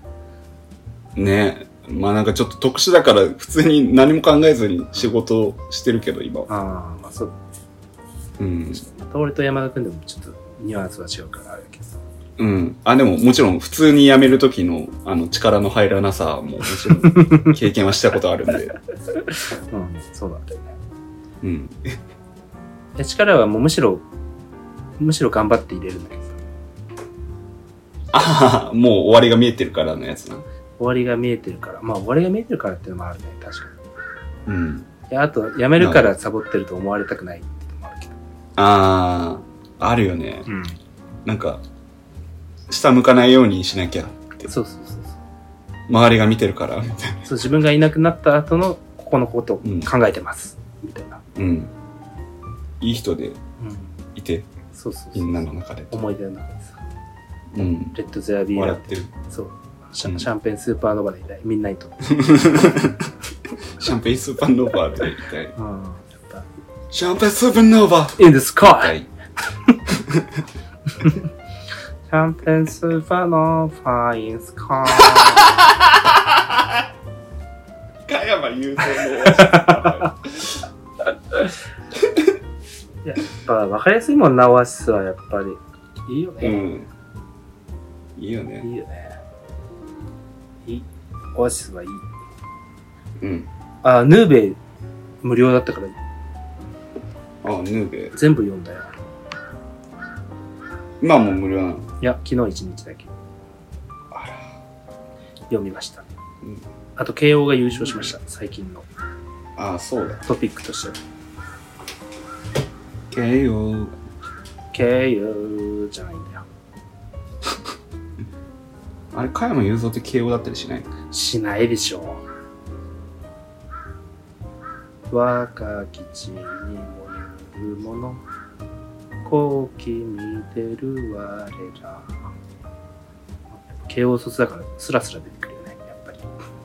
ねえ。まあなんかちょっと特殊だから普通に何も考えずに仕事をしてるけど今は。 ああ、まあそう。うん。また俺と山田くんでもちょっとニュアンスは違うからあれだけど。 うん。あ、でももちろん普通に辞める時の力の入らなさももちろん経験はしたことあるんで。うん、 そうなんだよね。うん。力はもうむしろ頑張って入れるんだけどさ。 ああ、もう終わりが見えてるからのやつな。 終わりが見えてるから。まあ終わりが見えてるからっていうのもあるね、確かに。 うん。 いや、あと、辞めるからサボってると思われたくないっていうのもあるけど。 ああ、あるよね。うん。なんか、下向かないようにしなきゃって。 そうそうそう。 周りが見てるから、みたいな。 そう、自分がいなくなった後のここのことを考えてます。みたいな。 うん。いい人でいて、 そうそうそう、 みんなの中で。 思い出の中でさ。 うん。 レッドゼアビー笑ってる。 そう。シャンペーンスーパーノヴァでいたい。みんなにとって。 シャンペーンスーパーノヴァでいたい。シャンペーンスーパーノヴァ in the sky! シャンペーンスーパーノヴァ in the sky! 加山雄三のやっぱ分かりやすいもんな、オアシスはやっぱりいいよね。うん。 いいよね。 いいよね。いい。オアシスはいい。 うん。 あ、ヌーベ無料だったからいい。 あ、ヌーベ全部読んだよ。 今はもう無料なの？ いや、昨日1日だけ。 あら。 読みました。うん。あと、慶応が優勝しました、最近の。 ああ、そうだ。 トピックとしては。 慶応じゃないんだよ。 あれ、加山雄三って慶応だったりしない？ しないでしょう。若き地にもゆるもの、好奇見てる我ら。慶応卒だからスラスラ出てくるよね、やっぱり。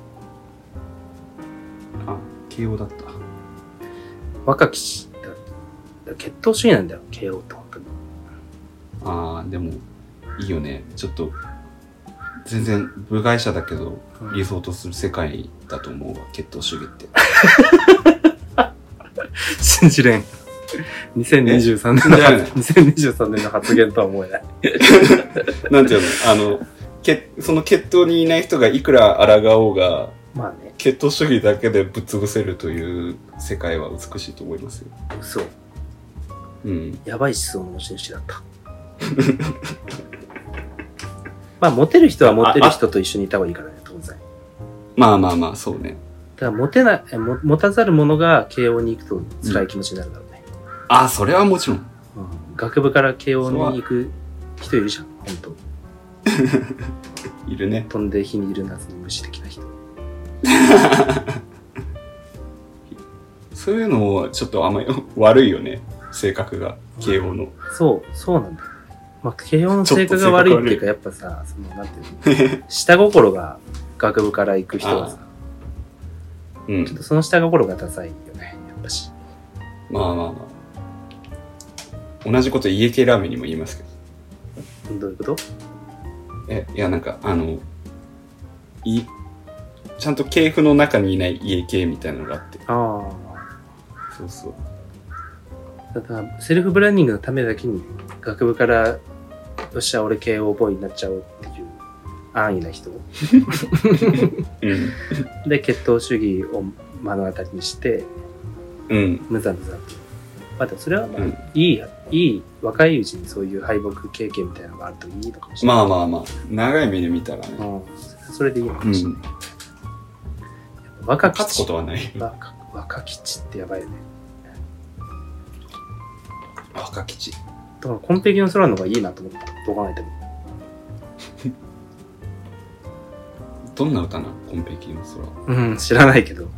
あ、慶応だった。 若き地血統主義なんだよ、慶応って本当に。 ああ、でもいいよね。ちょっと全然部外者だけど、理想とする世界だと思うわ、血統主義って。 信じれん。2023年の発言とは思えない。 なんていうの、その血統にいない人がいくら抗おうが、まあね、血統主義だけでぶっ潰せるという世界は美しいと思いますよ。 そう。うん。やばい思想の持ち主だった。まあ、モテる人はモテる人と一緒にいた方がいいからね、当然。 まあまあまあ、そうね。 だから持たざる者が慶応に行くと辛い気持ちになるだろうね。 うん、ああ、それはもちろん。 学部から慶応に行く人いるじゃん、ほんと。 いるね。 飛んで火にいる夏の虫的な人。 そういうのをちょっとあんまり悪いよね、性格が、慶応の。 そうなんだよ。まあ、慶応の性格が悪いっていうか、やっぱさ、なんていうの、下心が学部から行く人はさ、うん、ちょっとその下心がダサいよね、やっぱし。 まあまあまあ。 同じこと家系ラーメンにも言いますけど。どういうこと？ いやなんかちゃんと系譜の中にいない家系みたいなのがあって。 ああ。そうそう。 だからセルフブランディングのためだけに学部からよっしゃ俺慶応ボーイになっちゃおうっていう安易な人、うん、で血統主義を目の当たりにして、 うん、 むざむざと。またそれはまあ、いい若いうちにそういう敗北経験みたいなのがあるといいのかもしれない。 まあまあまあ長い目で見たらね、 それでいいのかもしれない。 勝つことはない。 若吉ってやばいよね。 若吉。 だからコンペキの空の方がいいなと思った。どう考えても。 どんな歌なの？コンペキの空。 うん、知らないけど。や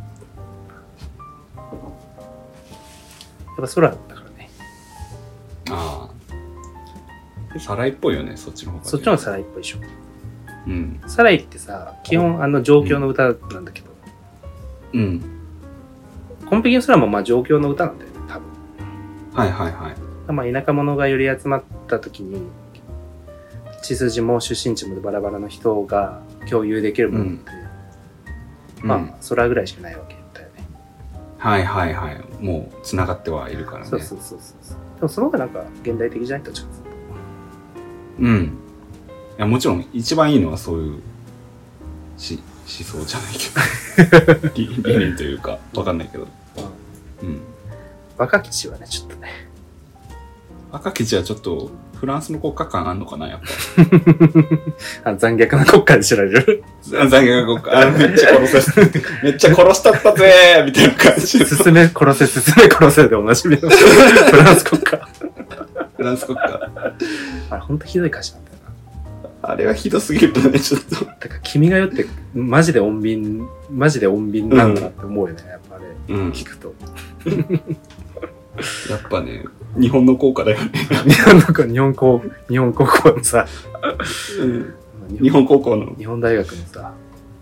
っぱ空だったからね。 ああ。サライっぽいよね、そっちの方が、ね。 そっちの方がサライっぽいでしょ。 うん。 サライってさ、基本状況の歌なんだけど。 うん。 コンペキの空もまあ状況の歌なんだよね、多分。 はいはいはい。 まあ田舎者が寄り集まった時に、血筋も出身地もバラバラの人が共有できるものって、まあ空ぐらいしかないわけだよね。 はいはいはい。もう繋がってはいるからね。 そう。でもその方がなんか現代的じゃないと違う。 うん。いやもちろん一番いいのはそういう思想じゃないけど理念というかわかんないけど。うん。 若吉はねちょっとね。 若吉はちょっとフランスの国家感あんのかなやっぱ。残虐な国家で知られる。 残虐な国家。めっちゃ殺したったぜーみたいな感じ。 進め殺せでおなじみのフランス国家。 フランス国家。 あれほんとひどい歌詞なんだよな。あれはひどすぎるねちょっと。 だから君が代ってマジで穏便なんだなって思うよね、やっぱあれ、聞くと。 やっぱね、日本の効果だよね。 日本高校のさ、 日本高校の日本大学のさ、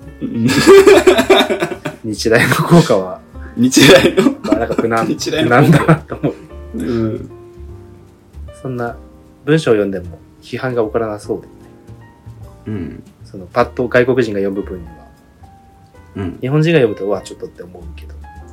日大の効果は日大のまあなんか無難だなと思う。そんな文章を読んでも批判が起こらなそうで、ね。そのパッと外国人が読む分には、日本人が読むとちょっとって思うけど。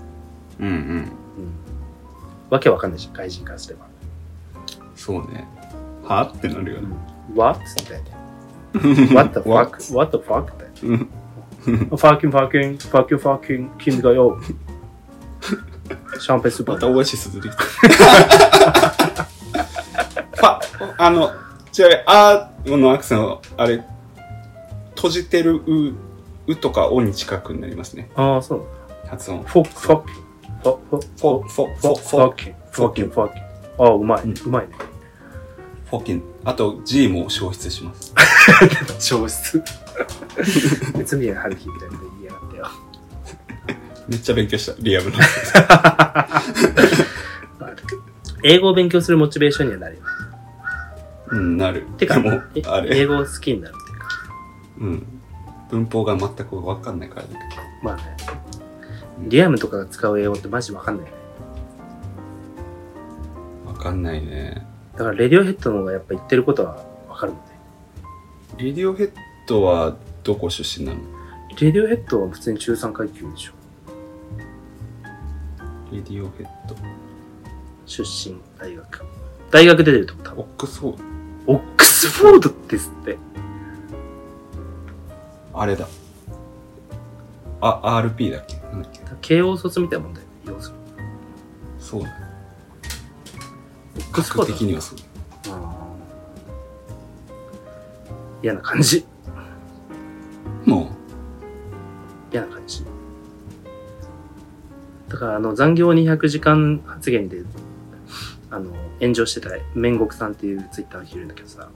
わけわかんないし、外人からすれば。 そうね。はってなるよね。 What? みたいな。What the fuck? What the fuck? みたいな。fucking 君がよ。シャンペンスーパー。 またオアシス出てきた。違う、のアクセント、あれ、閉じてるうとかおに近くになりますね。 ああ、そうなんだ。発音。 フォッキン。ああ、うまいね。フォッキン。あと G も消失します。 消失別に春日みたいなこと言いやがってよ。 めっちゃ勉強した、リアムの。 英語を勉強するモチベーションにはなるよね。 なる。 てか、あれ英語を好きになるっていうか。 文法が全く分かんないからだけど。 まあね。リアムとかが使う英語ってマジ分かんないよね。 分かんないね。 だからレディオヘッドの方がやっぱ言ってることは分かるもんね。 レディオヘッドはどこ出身なの？ レディオヘッドは普通に中3階級でしょ。 レディオヘッド出身大学出てると思った。 オックスフォードですって。 あれだ。RP だっけ？なんだっけ？ 慶応卒みたいなもんだよね。要するに。 そうだね。格的にはそう。 嫌な感じ。 もう嫌な感じ。だから残業200時間発言で炎上してた面国さんっていうツイッターの人いるんだけどさ。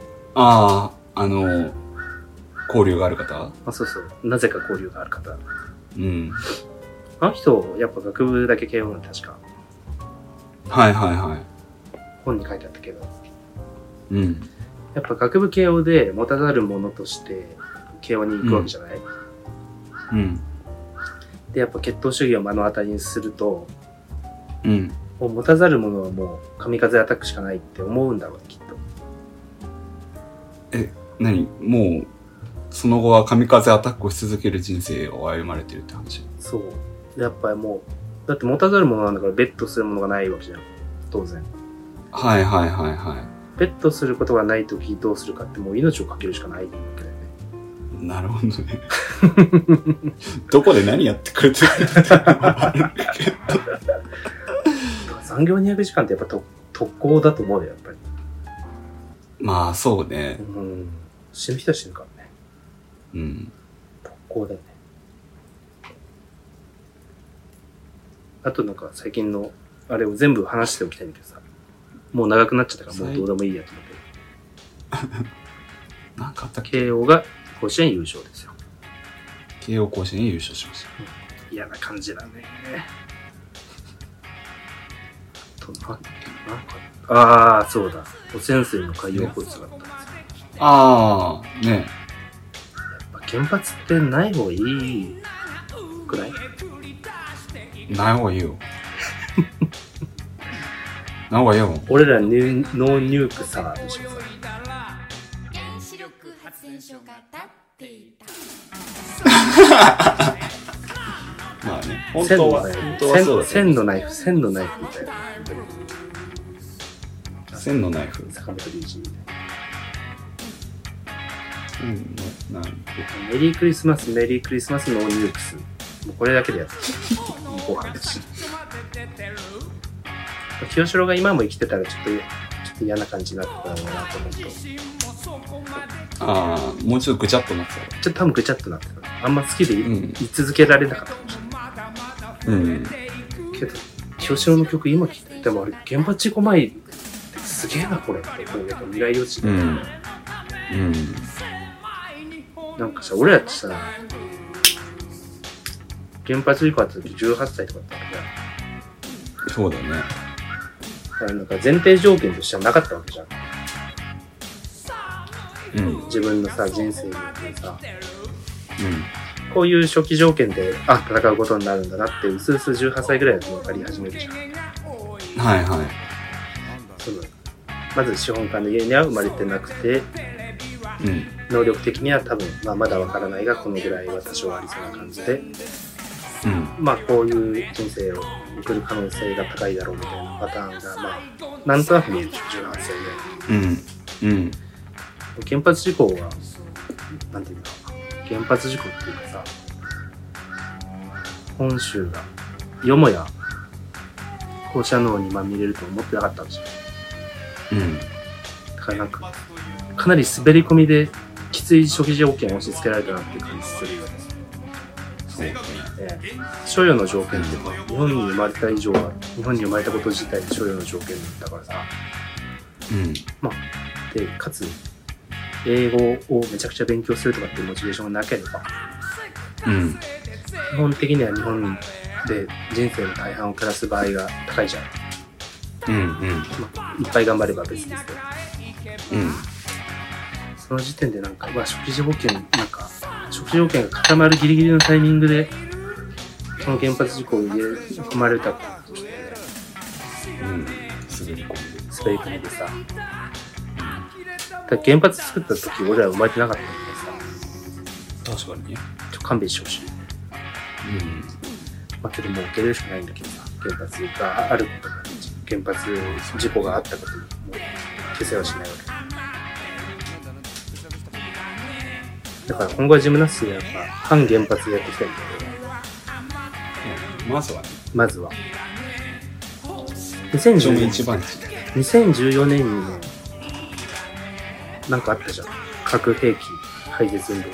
交流がある方？ そう。なぜか交流がある方。 あの人やっぱ学部だけ慶応なんて確か。 はい。 本に書いてあったけど。やっぱ学部慶応で持たざる者として慶応に行くわけじゃない？でやっぱ血統主義を目の当たりにすると、 を持たざる者はもう神風アタックしかないって思うんだろうね、きっと。 何もうその後は神風アタックをし続ける人生を歩まれてるって話。 そう。やっぱりもう、だって持たざる者なんだからベットするものがないわけじゃん。当然。 はいはいはいはい。 ベットすることがないときどうするかってもう命をかけるしかないわけだよね。 なるほどね。どこで何やってくれてるってあるけど。 残業200時間ってやっぱ特攻だと思うよ、やっぱり。 まあそうね。 うん。死ぬ人は死ぬからね。 うん。 特攻だよね。あとなんか最近のあれを全部話しておきたいんだけどさ。もう長くなっちゃったからもうどうでもいいやと思って。 なんかあったっけ？ 慶応が甲子園優勝ですよ。 慶応甲子園優勝しました。 嫌な感じだね。ああ、そうだ。汚染水の海洋放出があったんですよ。 ああ、ね。 やっぱ原発ってない方がいいくらい？ ない方がいいよ。ない方がいいよ。 俺らノーニュークさでしょさ。 原子力発電所が立っていた。 まあね、本当はそうだ。 千のナイフみたいな。 千のナイフ。 坂本龍一みたいな。 メリークリスマスノーニュークス。もうこれだけでやってご飯だし。清志郎が今も生きてたらちょっと嫌な感じになってたのかなと思うと。 ああ、もうちょっとぐちゃっとなってた。 ちょっと多分ぐちゃっとなってた。あんま好きで言い続けられなかったかもしれない。うん。けど、清志郎の曲今聴いててもあれ、原発事故前ってすげえなこれって思うけど、未来予知で。うん。なんかさ、俺らってさ、原発事故あった時18歳とかだったわけじゃん。 そうだね。 なんか前提条件としてはなかったわけじゃん。 うん、 自分のさ人生によってさ、こういう初期条件で戦うことになるんだなってうすうす18歳ぐらいだと分かり始めるじゃん。 はいはい。 まず資本家の家には生まれてなくて、能力的には多分、まだ分からないがこのぐらいは多少ありそうな感じで、こういう人生を送る可能性が高いだろうみたいなパターンがなんとなく見えるでしょ、18歳で。原発事故はなんていうのかな、原発事故っていうかさ、本州がよもや放射能にまみれると思ってなかったんですよ。だからなんかかなり滑り込みできつい初期条件を押し付けられたなっていう感じするよね。所与の条件っていうか、日本に生まれた以上は日本に生まれたこと自体で所与の条件だからさ、でかつ英語をめちゃくちゃ勉強するとかっていうモチベーションがなければ、基本的には日本で人生の大半を暮らす場合が高いじゃん。いっぱい頑張れば別ですけど、その時点でなんか初期条件が固まるギリギリのタイミングでその原発事故を入れ込まれたってことで、滑り込みでさ、原発作った時俺ら生まれてなかったんでさ、確かにね、 勘弁してほしい。けどもう受け入れるしかないんだけどさ、原発があることが、原発事故があったことにもう消せはしないわけだから今後はジムナスティックやっぱ反原発でやっていきたいんだけど、まずは2014年にね、なんかあったじゃん、核兵器廃絶運動、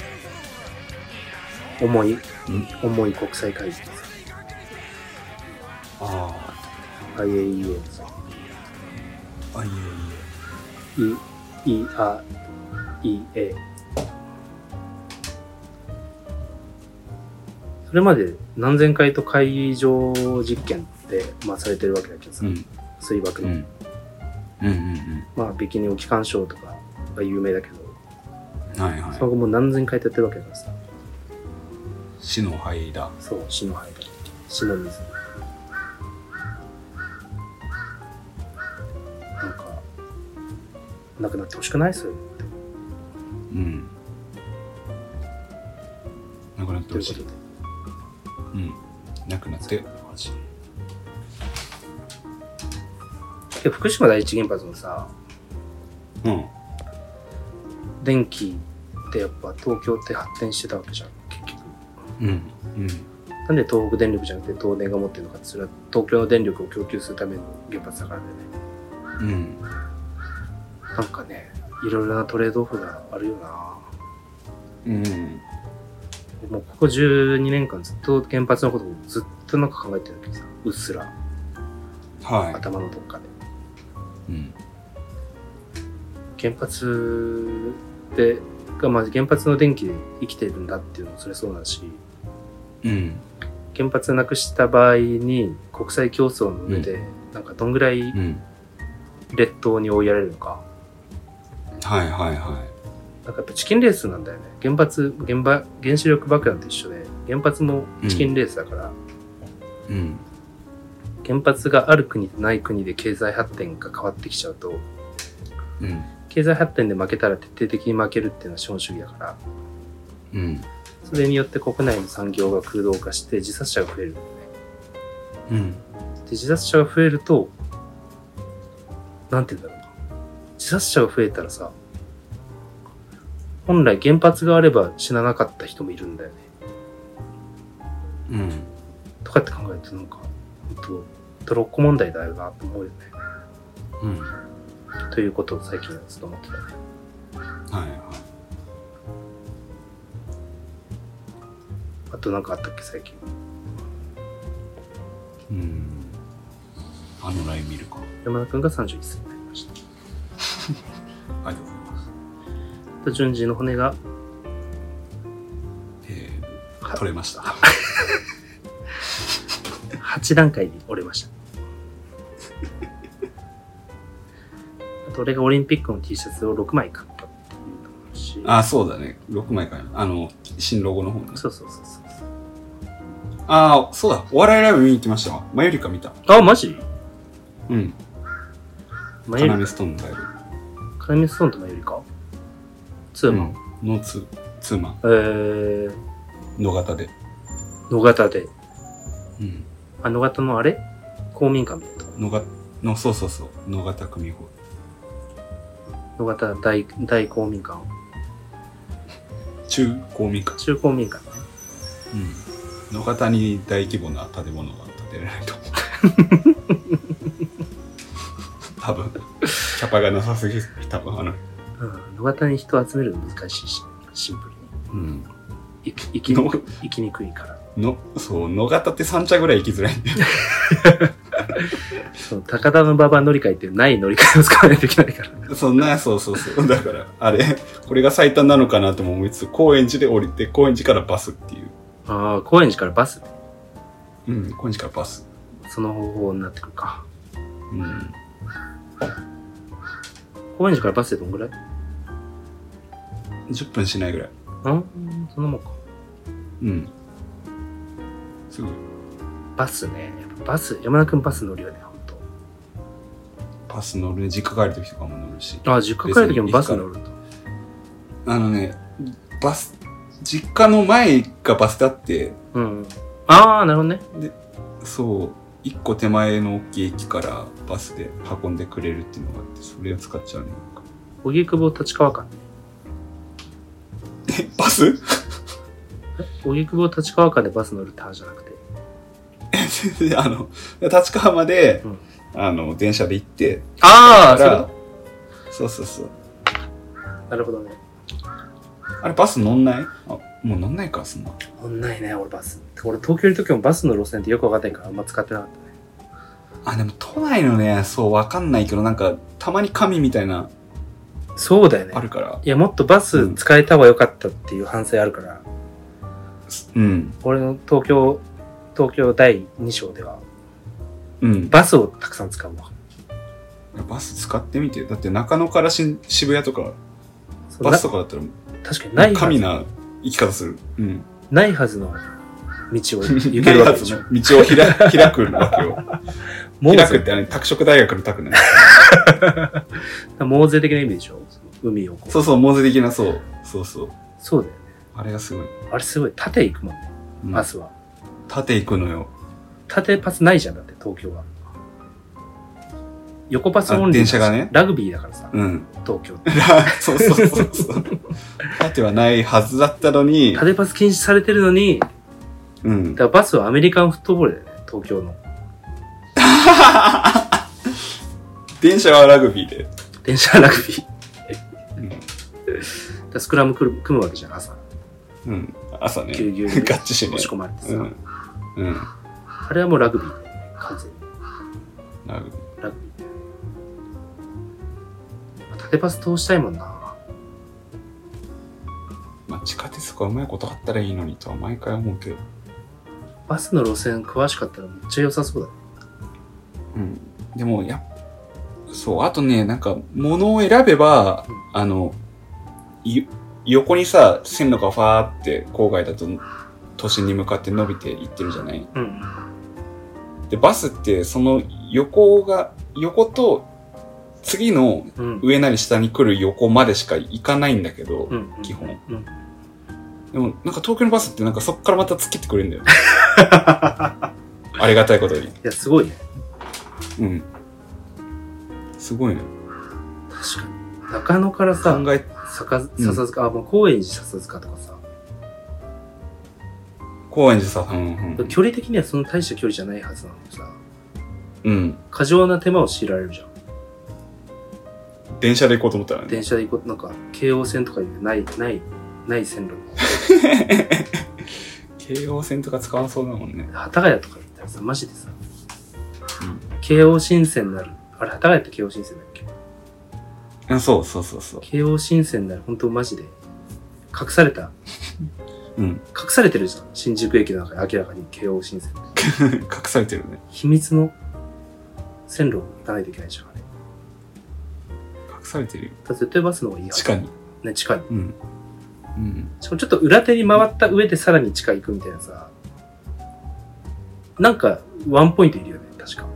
重い国際会議です。IAEA です。IAEA。それまで何千回と海上実験ってされてるわけだけどさ、水爆の。ビキニ沖干渉とかが有名だけど、その後も何千回とやってるわけだからさ。 死の灰だ。 そう、死の灰だ。死の水。 なくなってほしくないそういうのって。 うん。なくなってほしい。うん。なくなってほしい。 福島第一原発のさ、 うん。 電気ってやっぱ東京って発展してたわけじゃん、結局。 うん。うん。 なんで東北電力じゃなくて東電が持ってるのかって、それは東京の電力を供給するための原発だからね。 うん。 なんかね、いろいろなトレードオフがあるよな。 うん。 もうここ12年間ずっと原発のことをずっとなんか考えてるけどさ、うっすら。 はい。 頭のどっかで。 うん。 原発で、まあ原発の電気で生きてるんだっていうのもそれそうだし、 うん。 原発なくした場合に国際競争の上で、なんかどんぐらい列島に追いやれるのか。 はいはいはい。 なんかやっぱチキンレースなんだよね。原子力爆弾と一緒で、原発もチキンレースだから、 うん。 原発がある国とない国で経済発展が変わってきちゃうと、 うん。 経済発展で負けたら徹底的に負けるっていうのは資本主義だから、 うん。 それによって国内の産業が空洞化して自殺者が増えるんだよね。 うん。で、 自殺者が増えると、なんて言うんだろうな。自殺者が増えたらさ、本来原発があれば死ななかった人もいるんだよね。 うん。 とかって考えるとなんか、トロッコ問題だよなと思うよね。 うん。 ということを最近はずっと思ってたね。 はいはい。 あとなんかあったっけ最近。 あのライン見るか。 山田くんが31歳になりました。 ありがとうございます。 と順次の骨が、 取れました。 8段階に折れました。あと俺がオリンピックの T シャツを6枚買ったっていうし。 あ、そうだね。6枚かな。新ロゴの方ね。 そうそうそうそう。 ああ、そうだ。お笑いライブ見に行きましたわ。マユリカ見た。 あ、マジ？ うん。カナメストーンのライブ。 カナメストーンとマユリカ？ツーマン、 のツーマン。野方で。 野方で。 うん。 あ、野方のあれ公民館みたいな。 そうそうそう。野方組ホ野方大公民館。 中公民館。 中公民館ね。 うん。野方に大規模な建物が建てられないと思う。多分、キャパがなさすぎる。多分野方に人を集めるの難しいし、シンプルに。うん。行きにくいから。 そう、野方って3茶ぐらい行きづらいんだよ。 そう、高田馬場乗り換えっていうない乗り換えを使わないといけないから。 そう。だから、これが最短なのかなとも思いつつ、高円寺で降りて、高円寺からバスっていう。 ああ、高円寺からバス？ うん、高円寺からバス。 その方法になってくるか。 うん。 高円寺からバスでどんぐらい ？10分しないぐらい。 そんなもんか。 うん。すぐ。 バスね。バス、山田くんバス乗るよね、ほんと。 バス乗るね。実家帰るときとかも乗るし。 あ、実家帰るときもバス乗ると。 実家の前がバスだって。 うん。ああ、なるほどね。 で、そう。一個手前の大きい駅からバスで運んでくれるっていうのがあって、それを使っちゃうね。 荻窪立川間。 バス？ 荻窪立川間でバス乗るって話じゃなくて。 立川まで、電車で行って。 ああ、 そう。 なるほどね。 あれ、バス乗んない？もう乗んないか、そんな。 乗んないね、俺バス。俺東京いる時もバスの路線ってよくわかんないからあんま使ってなかったね。 でも都内のね、そうわかんないけど、なんか、たまに紙みたいな。 そうだよね。 あるから。 いや、もっとバス使えた方が良かったっていう反省あるから。 うん。 俺の東京第2章では、 うん。 バスをたくさん使うわ。 バス使ってみて。だって中野から渋谷とか、バスとかだったら、 確かにないはず。 神な生き方する。うん。 ないはずの道を行けるわけでしょ。 道を開くわけよ。開くって拓殖大学の拓ね。 モーゼ的な意味でしょ、海をこう。 そうそう、モーゼ的な、そう。そうそう。 そうだよね。 あれがすごい。 あれすごい。縦行くもんね。パスは。 縦行くのよ。 縦パスないじゃん、だって東京は。横パスオンリー。 電車がね。 ラグビーだからさ。 うん。 東京。 そうそうそうそう。縦はないはずだったのに。 縦パス禁止されてるのに。 うん。 だからバスはアメリカンフットボールだよね、東京の。 電車はラグビーで。 電車はラグビー。だスクラム組むわけじゃん、朝。 うん。朝ね。 ぎゅうぎゅうにガッチしね。 押し込まれてさ。うん。 うん。 あれはもうラグビー。完全に。 ラグビー。 ラグビー。縦パス通したいもんな。 まあ、地下鉄とかうまいことあったらいいのにとは毎回思うけど。 バスの路線詳しかったらめっちゃ良さそうだね。 うん。でも、そう、あとね、なんか、物を選べば、横にさ、線路がファーって郊外だと都心に向かって伸びていってるじゃない？うん。で、バスってその横と次の上なり下に来る横までしか行かないんだけど、うん、基本、うん。でもなんか東京のバスってなんかそっからまた突っ切ってくれるんだよね。ありがたいことに。いや、すごいね。 うん。すごいね。 確かに。中野からさ、笹塚、もう高円寺笹塚とかさ。 高円寺さ、 距離的にはそんな大した距離じゃないはずなのにさ。 うん。 過剰な手間を強いられるじゃん。 電車で行こうと思ったらね。 電車で行こう、なんか、京王線とかいうない線路。 京王線とか使わそうだもんね。 幡ヶ谷とか行ったらさ、マジでさ、京王新線になる。あれ、幡ヶ谷って京王新線だっけ？ そう。 京王新線なら本当マジで隠された、 うん、 隠されてるじゃん、新宿駅の中に明らかに京王新線隠されてるね。 秘密の線路を行かないといけないじゃん、あれ。 隠されてるよ。 だって絶対バスの方がいいはず。 地下にね、地下に、 うんうん、 しかもちょっと裏手に回った上でさらに地下行くみたいなさ、なんかワンポイントいるよね、確か。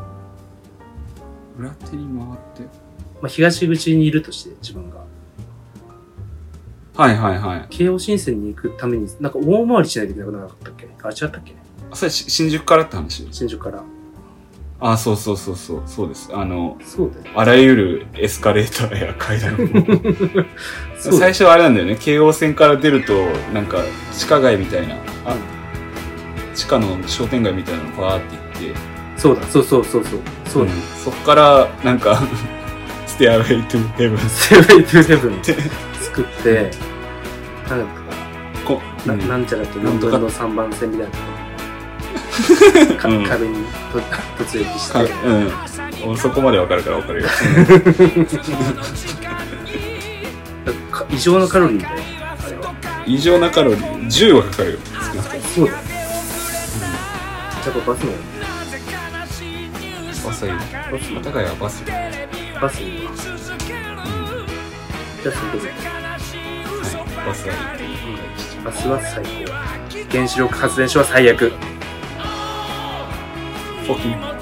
裏手に回って、 まあ、東口にいるとして自分が、 はいはいはい、 京王新線に行くためになんか大回りしないといけなくなかったっけ？あ、違ったっけ？ それ新宿からって話？ 新宿から。 あ、そうです。そうだよ。あらゆるエスカレーターや階段最初はあれなんだよね。京王線から出るとなんか地下街みたいな、地下の商店街みたいなのがバーって行って、そうだ、 そうだ、 そっからなんかステアウェイトゥヘブンって作ってなんちゃらってロンドンの3番線みたいな壁に突撃して、 そこまでわかるからわかるよ。 異常なカロリーだよ、あれは。 異常なカロリー10はかかるよ。 そうだよ、やっぱバスのバスはいい。幡ヶ谷はバスいい。 いいわ。じゃあそういうことで、 バスはいい。 バスは最高。原子力発電所は最悪。 ポキン。